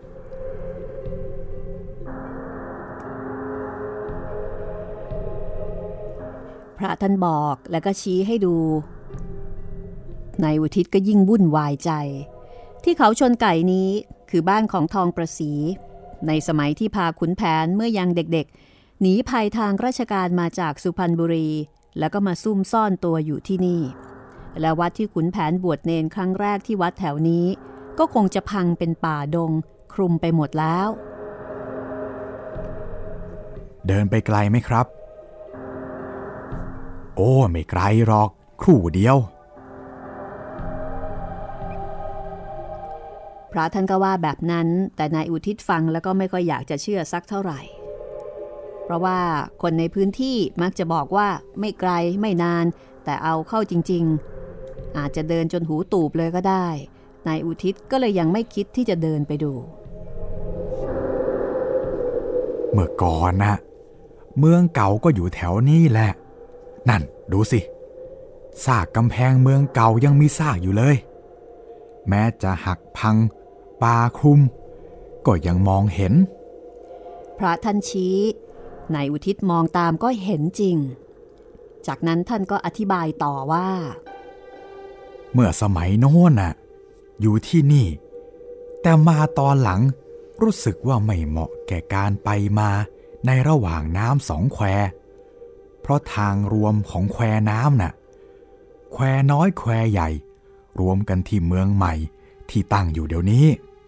ๆพระท่านบอกแล้วก็ชี้ให้ดูนายอุทิศก็ยิ่งวุ่นวายใจที่เขาชนไก่นี้คือบ้านของทองประศรีในสมัยที่พาขุนแผนเมื่อยังเด็กๆหนีภัยทางราชการมาจากสุพรรณบุรีแล้วก็มาซุ่มซ่อนตัวอยู่ที่นี่และวัดที่ขุนแผนบวชเนนครั้งแรกที่วัดแถวนี้ก็คงจะพังเป็นป่าดงคลุมไปหมดแล้วเดินไปไกลไหมครับโอ้ไม่ไกลหรอกครู่เดียวพระท่านก็ว่าแบบนั้นแต่นายอุทิศฟังแล้วก็ไม่ค่อยอยากจะเชื่อสักเท่าไหร่เพราะว่าคนในพื้นที่มักจะบอกว่าไม่ไกลไม่นานแต่เอาเข้าจริงๆอาจจะเดินจนหูตูบเลยก็ได้นายอุทิศก็เลยยังไม่คิดที่จะเดินไปดูเมื่อก่อนนะเมืองเก่าก็อยู่แถวนี้แหละนั่นดูสิซากกำแพงเมืองเก่ายังมีซากอยู่เลยแม้จะหักพังป่าคลุมก็ยังมองเห็นพระท่านชี้นายอุทิศมองตามก็เห็นจริงจากนั้นท่านก็อธิบายต่อว่าเมื่อสมัยโน้นน่ะอยู่ที่นี่แต่มาตอนหลังรู้สึกว่าไม่เหมาะแก่การไปมาในระหว่างน้ำสองแควเพราะทางรวมของแควน้ำน่ะแควน้อยแควใหญ่รวมกันที่เมืองใหม่ที่ตั้งอยู่เดี๋ยวนี้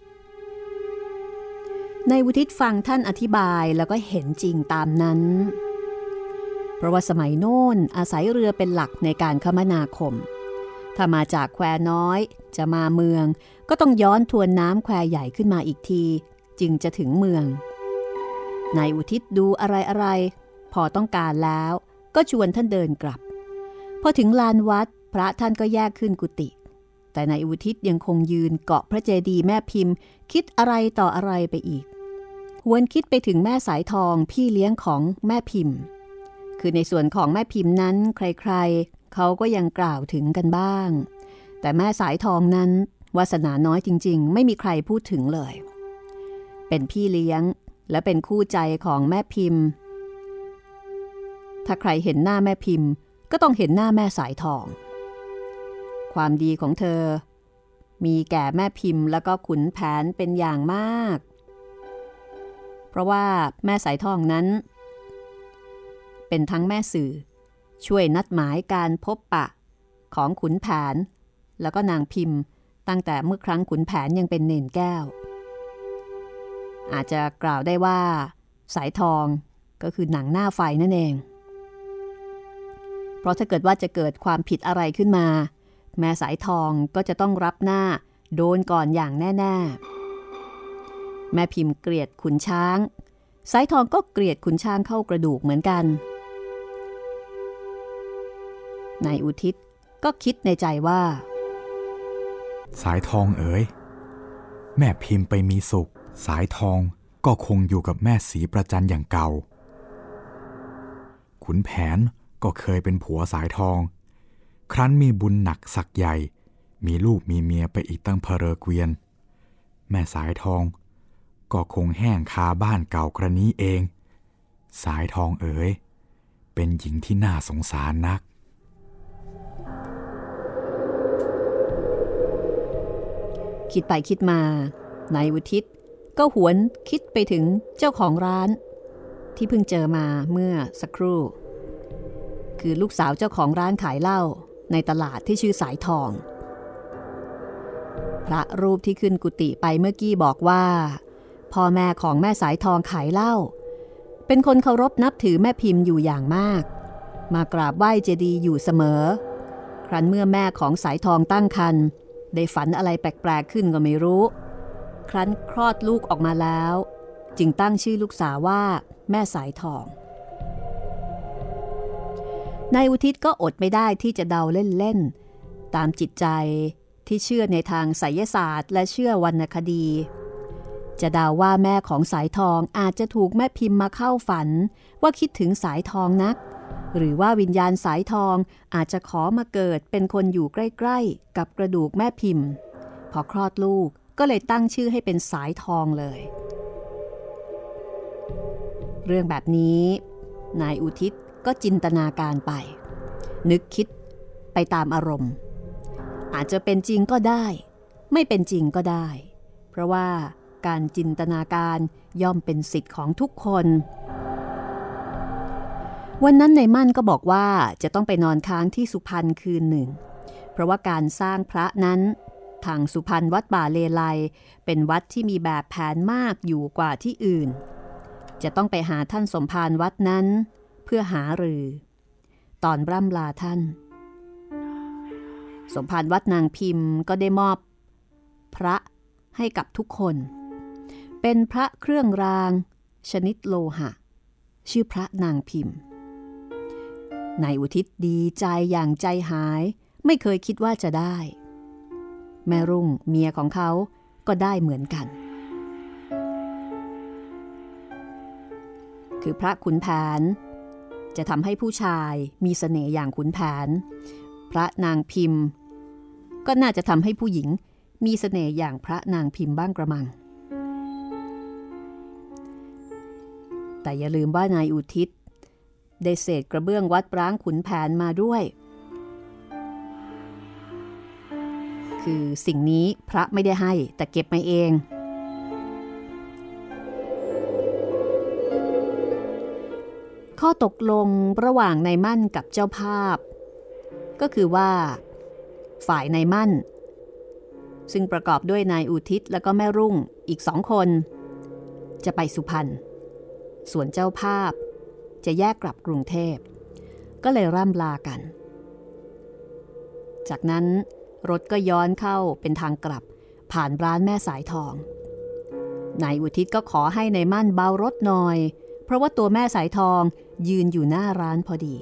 นายวุฒิฟังท่านอธิบายแล้วก็เห็นจริงตามนั้นเพราะว่าสมัยโน้นอาศัยเรือเป็นหลักในการคมนาคมถ้ามาจากแควน้อยจะมาเมืองก็ต้องย้อนทวนน้ำแควใหญ่ขึ้นมาอีกทีจึงจะถึงเมืองนายอุทิศดูอะไรๆพอต้องการแล้วก็ชวนท่านเดินกลับพอถึงลานวัดพระท่านก็แยกขึ้นกุฏิแต่นายอุทิศยังคงยืนเกาะพระเจดีย์แม่พิมพ์คิดอะไรต่ออะไรไปอีกหวนคิดไปถึงแม่สายทองพี่เลี้ยงของแม่พิมพ์คือในส่วนของแม่พิมพ์นั้นใครๆเขาก็ยังกล่าวถึงกันบ้างแต่แม่สายทองนั้นวาสนาน้อยจริงๆไม่มีใครพูดถึงเลยเป็นพี่เลี้ยงและเป็นคู่ใจของแม่พิมพ์ถ้าใครเห็นหน้าแม่พิมพ์ก็ต้องเห็นหน้าแม่สายทองความดีของเธอมีแก่แม่พิมพ์แล้วก็ขุนแผนเป็นอย่างมากเพราะว่าแม่สายทองนั้นเป็นทั้งแม่สื่อช่วยนัดหมายการพบปะของขุนแผนแล้วก็นางพิมพ์ตั้งแต่เมื่อครั้งขุนแผนยังเป็นเนนแก้วอาจจะกล่าวได้ว่าสายทองก็คือหนังหน้าไฟนั่นเองเพราะถ้าเกิดว่าจะเกิดความผิดอะไรขึ้นมาแม่สายทองก็จะต้องรับหน้าโดนก่อนอย่างแน่ๆแม่พิมพ์เกลียดขุนช้างสายทองก็เกลียดขุนช้างเข้ากระดูกเหมือนกันนายอุทิศก็คิดในใจว่าสายทองเอ๋ยแม่พิมพ์ไปมีสุขสายทองก็คงอยู่กับแม่ศรีประจันอย่างเก่าขุนแผนก็เคยเป็นผัวสายทองครั้นมีบุญหนักสักใหญ่มีลูกมีเมียไปอีกตั้งเพอเรอเกวียนแม่สายทองก็คงแห้งคาบ้านเก่ากระนี้เองสายทองเอ๋ยเป็นหญิงที่น่าสงสารนักคิดไปคิดมานายอุทิศก็หวนคิดไปถึงเจ้าของร้านที่เพิ่งเจอมาเมื่อสักครู่คือลูกสาวเจ้าของร้านขายเหล้าในตลาดที่ชื่อสายทองพระรูปที่ขึ้นกุฏิไปเมื่อกี้บอกว่าพ่อแม่ของแม่สายทองขายเหล้าเป็นคนเคารพนับถือแม่พิมพ์อยู่อย่างมากมากราบไหว้เจดีย์อยู่เสมอครั้นเมื่อแม่ของสายทองตั้งครรภ์ได้ฝันอะไรแปลกๆขึ้นก็ไม่รู้ครั้นคลอดลูกออกมาแล้วจึงตั้งชื่อลูกสาวว่าแม่สายทองนายอุทิศก็อดไม่ได้ที่จะเดาเล่นๆตามจิตใจที่เชื่อในทางไสยศาสตร์และเชื่อวรรณคดีจะเดาว่าแม่ของสายทองอาจจะถูกแม่พิมพ์มาเข้าฝันว่าคิดถึงสายทองนักหรือว่าวิญญาณสายทองอาจจะขอมาเกิดเป็นคนอยู่ใกล้ๆกับกระดูกแม่พิมพ์พอคลอดลูกก็เลยตั้งชื่อให้เป็นสายทองเลยเรื่องแบบนี้นายอุทิศก็จินตนาการไปนึกคิดไปตามอารมณ์อาจจะเป็นจริงก็ได้ไม่เป็นจริงก็ได้เพราะว่าการจินตนาการย่อมเป็นสิทธิ์ของทุกคนวันนั้นนายมั่นก็บอกว่าจะต้องไปนอนค้างที่สุพรรณคืนหนึ่งเพราะว่าการสร้างพระนั้นทางสุพรรณวัดป่าเลไลเป็นวัดที่มีแบบแผนมากอยู่กว่าที่อื่นจะต้องไปหาท่านสมภารวัดนั้นเพื่อหารือตอนร่ำลาท่านสมภารวัดนางพิมพ์ก็ได้มอบพระให้กับทุกคนเป็นพระเครื่องรางชนิดโลหะชื่อพระนางพิมพ์นายอุทิศดีใจอย่างใจหายไม่เคยคิดว่าจะได้แม่รุ่งเมียของเขาก็ได้เหมือนกันคือพระขุนแผนจะทำให้ผู้ชายมีเสน่ห์อย่างขุนแผนพระนางพิมพ์ก็น่าจะทำให้ผู้หญิงมีเสน่ห์อย่างพระนางพิมพ์บ้างกระมังแต่อย่าลืมว่านายอุทิศได้เศษกระเบื้องวัดร้างขุนแผนมาด้วยคือสิ่งนี้พระไม่ได้ให้แต่เก็บมาเองข้อตกลงระหว่างนายมั่นกับเจ้าภาพก็คือว่าฝ่ายนายมั่นซึ่งประกอบด้วยนายอุทิศและก็แม่รุ่งอีกสองคนจะไปสุพรรณส่วนเจ้าภาพจะแยกกลับกรุงเทพก็เลยร่ำลากันจากนั้นรถก็ย้อนเข้าเป็นทางกลับผ่านร้านแม่สายทองนายอุทิศก็ขอให้นายมั่นเบารถหน่อยเพราะว่าตัวแม่สายทองยืนอยู่หน้าร้านพอดี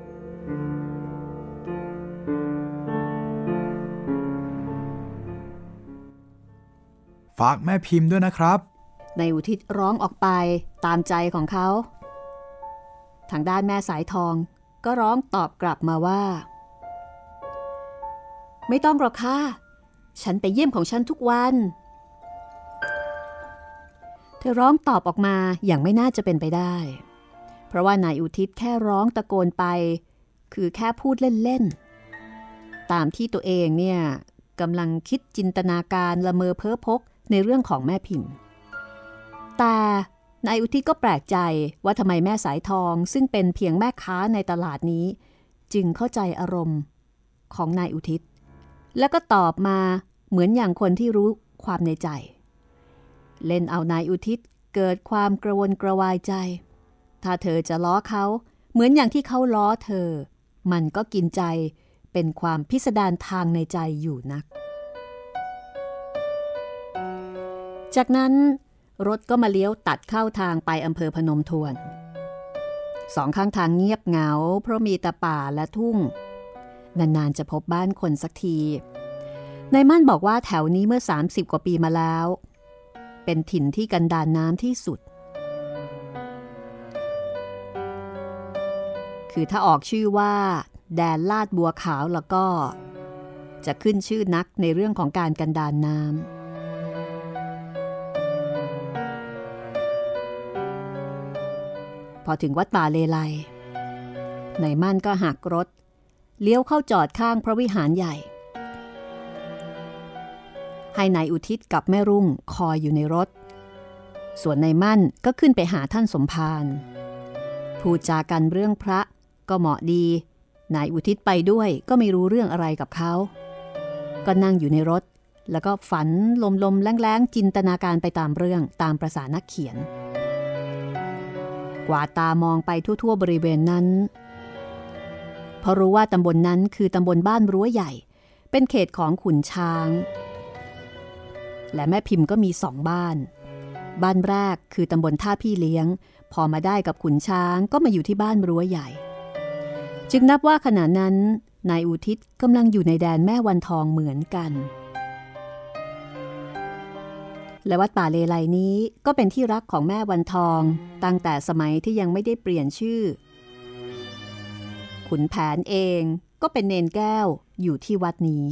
ฝากแม่พิมพ์ด้วยนะครับนายอุทิศร้องออกไปตามใจของเขาทางด้านแม่สายทองก็ร้องตอบกลับมาว่าไม่ต้องหรอกค่ะฉันไปเยี่ยมของฉันทุกวันเธอร้องตอบออกมาอย่างไม่น่าจะเป็นไปได้เพราะว่านายอุทิศแค่ร้องตะโกนไปคือแค่พูดเล่นๆตามที่ตัวเองเนี่ยกำลังคิดจินตนาการละเมอเพ้อพกในเรื่องของแม่พิมพ์แต่นายอุทิศก็แปลกใจว่าทำไมแม่สายทองซึ่งเป็นเพียงแม่ค้าในตลาดนี้จึงเข้าใจอารมณ์ของนายอุทิศแล้วก็ตอบมาเหมือนอย่างคนที่รู้ความในใจเล่นเอานายอุทิศเกิดความกระวนกระวายใจถ้าเธอจะล้อเขาเหมือนอย่างที่เขาล้อเธอมันก็กินใจเป็นความพิสดารทางในใจอยู่นักจากนั้นรถก็มาเลี้ยวตัดเข้าทางไปอำเภอพนมทวนสองข้างทางเงียบเหงาเพราะมีแต่ป่าและทุ่งนานๆจะพบบ้านคนสักทีนายมั่นบอกว่าแถวนี้เมื่อสามสิบกว่าปีมาแล้วเป็นถิ่นที่กันดารน้ำที่สุดคือถ้าออกชื่อว่าแดนลาดบัวขาวแล้วก็จะขึ้นชื่อนักในเรื่องของการกันดารน้ำพอถึงวัดป่าเลไลนายมั่นก็หักรถเลี้ยวเข้าจอดข้างพระวิหารใหญ่ให้นายอุทิศกับแม่รุ่งคอยอยู่ในรถส่วนนายมั่นก็ขึ้นไปหาท่านสมภารพูดจากันเรื่องพระก็เหมาะดีนายอุทิศไปด้วยก็ไม่รู้เรื่องอะไรกับเขาก็นั่งอยู่ในรถแล้วก็ฝันลมๆแล้งๆจินตนาการไปตามเรื่องตามประสานักเขียนกวาดตามองไปทั่วๆบริเวณนั้นเพราะรู้ว่าตำบล น, นั้นคือตำบลบ้านรั้วใหญ่เป็นเขตของขุนช้างและแม่พิมพ์ก็มีสองบ้านบ้านแรกคือตำบลท่าพี่เลี้ยงพอมาได้กับขุนช้างก็มาอยู่ที่บ้านรั้วใหญ่จึงนับว่าขณะนั้นนายอุทิศกำลังอยู่ในแดนแม่วันทองเหมือนกันและวัดป่าเลไลนี้ก็เป็นที่รักของแม่วันทองตั้งแต่สมัยที่ยังไม่ได้เปลี่ยนชื่อขุนแผนเองก็เป็นเนนแก้วอยู่ที่วัดนี้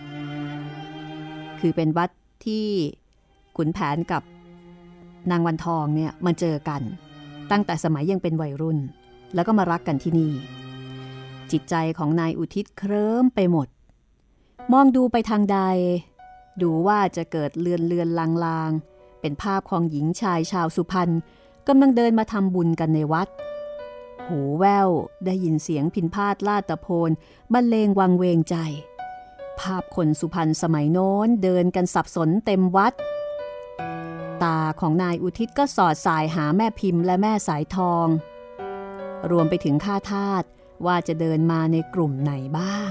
คือเป็นวัดที่ขุนแผนกับนางวันทองเนี่ยมาเจอกันตั้งแต่สมัยยังเป็นวัยรุ่นแล้วก็มารักกันที่นี่จิตใจของนายอุทิศเคลิ้มไปหมดมองดูไปทางใดดูว่าจะเกิดเลือนเลือนลางลางเป็นภาพของหญิงชายชาวสุพรรณกำลังเดินมาทำบุญกันในวัดหูแว่วได้ยินเสียงพิณพาทลาดตะโพนบรรเลงวังเวงใจภาพคนสุพรรณสมัยโน้นเดินกันสับสนเต็มวัดตาของนายอุทิศก็สอดสายหาแม่พิมพ์และแม่สายทองรวมไปถึงข้าทาสว่าจะเดินมาในกลุ่มไหนบ้าง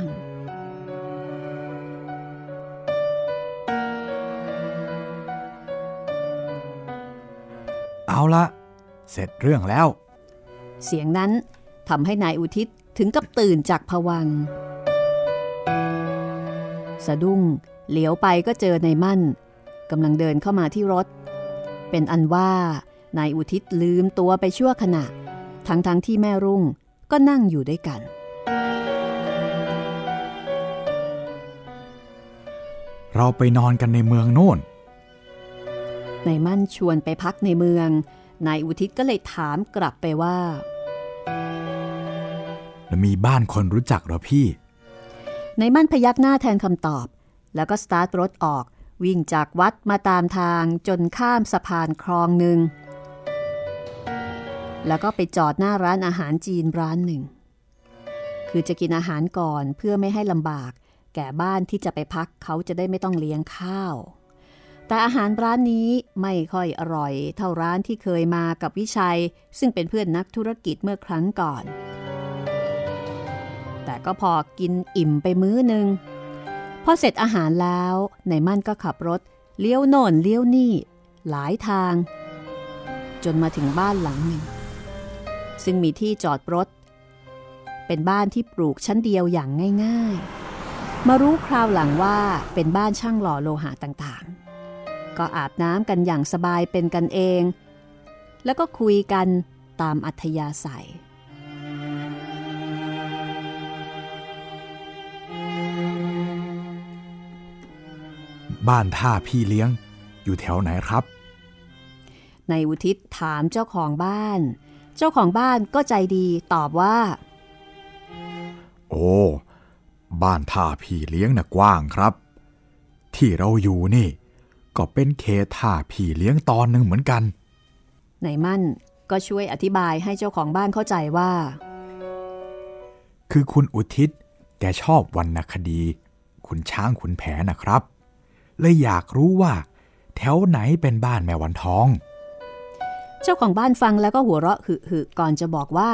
เอาละเสร็จเรื่องแล้วเสียงนั้นทำให้นายอุทิศถึงกับตื่นจากภวังค์สะดุ้งเหลียวไปก็เจอนายมั่นกำลังเดินเข้ามาที่รถเป็นอันว่านายอุทิศลืมตัวไปชั่วขณะทั้งๆ ท, ที่แม่รุ่งก็นั่งอยู่ด้วยกันเราไปนอนกันในเมืองโน่นนายมั่นชวนไปพักในเมืองนายอุทิศก็เลยถามกลับไปว่าแล้วมีบ้านคนรู้จักเหรอพี่นายมั่นพยักหน้าแทนคำตอบแล้วก็สตาร์ทรถออกวิ่งจากวัดมาตามทางจนข้ามสะพานคลองหนึ่งแล้วก็ไปจอดหน้าร้านอาหารจีนร้านหนึ่งคือจะกินอาหารก่อนเพื่อไม่ให้ลำบากแก่บ้านที่จะไปพักเขาจะได้ไม่ต้องเลี้ยงข้าวแต่อาหารร้านนี้ไม่ค่อยอร่อยเท่าร้านที่เคยมากับวิชัยซึ่งเป็นเพื่อนนักธุรกิจเมื่อครั้งก่อนแต่ก็พอกินอิ่มไปมื้อนึงพอเสร็จอาหารแล้วนายมั่นก็ขับรถเลี้ยวโน่นเลี้ยวนี่หลายทางจนมาถึงบ้านหลังหนึ่งซึ่งมีที่จอดรถเป็นบ้านที่ปลูกชั้นเดียวอย่างง่ายๆมารู้คราวหลังว่าเป็นบ้านช่างหล่อโลหะต่างๆก็อาบน้ำกันอย่างสบายเป็นกันเองแล้วก็คุยกันตามอัธยาศัยบ้านท่าพี่เลี้ยงอยู่แถวไหนครับนายอุทิศถามเจ้าของบ้านเจ้าของบ้านก็ใจดีตอบว่าโอ้บ้านท่าพี่เลี้ยงน่ะกว้างครับที่เราอยู่นี่ก็เป็นเขตท่าพี่เลี้ยงตอนหนึ่งเหมือนกันนายมั่นก็ช่วยอธิบายให้เจ้าของบ้านเข้าใจว่าคือคุณอุทิศแกชอบวรรณคดีคุณช้างขุนแผนนะครับเลยอยากรู้ว่าแถวไหนเป็นบ้านแม่วันทองเจ้าของบ้านฟังแล้วก็หัวเราะหึๆก่อนจะบอกว่า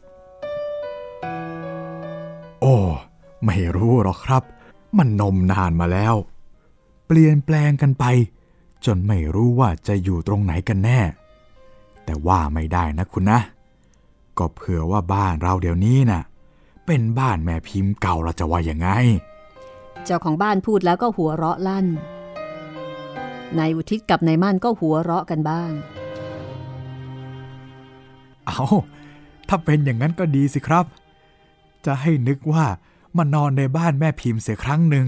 โอ้ไม่รู้หรอกครับมันนมนานมาแล้วเปลี่ยนแปลงกันไปจนไม่รู้ว่าจะอยู่ตรงไหนกันแน่แต่ว่าไม่ได้นะคุณนะก็เผื่อว่าบ้านเราเดี๋ยวนี้น่ะเป็นบ้านแม่พิมพ์เก่าเราจะว่ายังไงเจ้าของบ้านพูดแล้วก็หัวเราะลั่นนายอุทิศกับนายมั่นก็หัวเราะกันบ้างเอาถ้าเป็นอย่างนั้นก็ดีสิครับจะให้นึกว่ามานอนในบ้านแม่พิมพ์เสียครั้งหนึ่ง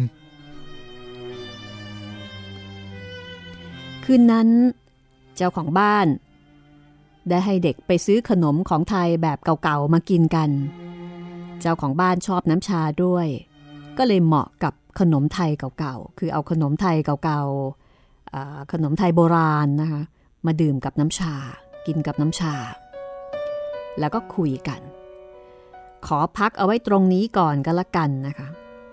คืนนั้นเจ้าของบ้านได้ให้เด็กไปซื้อขนมของไทยแบบเก่าๆมากินกันเจ้าของบ้านชอบน้ำชาด้วยก็เลยเหมาะกับขนมไทยเก่าๆคือเอาขนมไทยเก่าๆขนมไทยโบราณนะคะมาดื่มกับน้ำชากินกับน้ำชาแล้วก็คุยกันขอพักเอาไว้ตรงนี้ก่อนก็แล้วกันนะคะ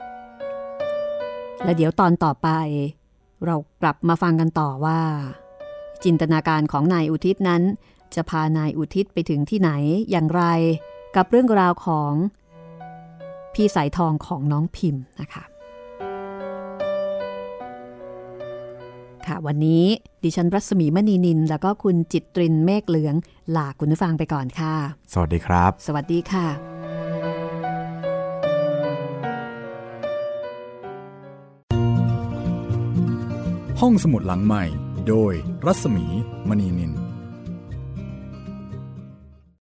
และเดี๋ยวตอนต่อไปเรากลับมาฟังกันต่อว่าจินตนาการของนายอุทิศนั้นจะพานายอุทิศไปถึงที่ไหนอย่างไรกับเรื่องราวของพี่สายทองของน้องพิมพ์นะคะค่ะวันนี้ดิฉันรัศมีมณีนินแล้วก็คุณจิตรินเมฆเหลืองลาคุณผู้ฟังไปก่อนค่ะสวัสดีครับสวัสดีค่ะห้องสมุดหลังใหม่โดยรัศมีมณีนิน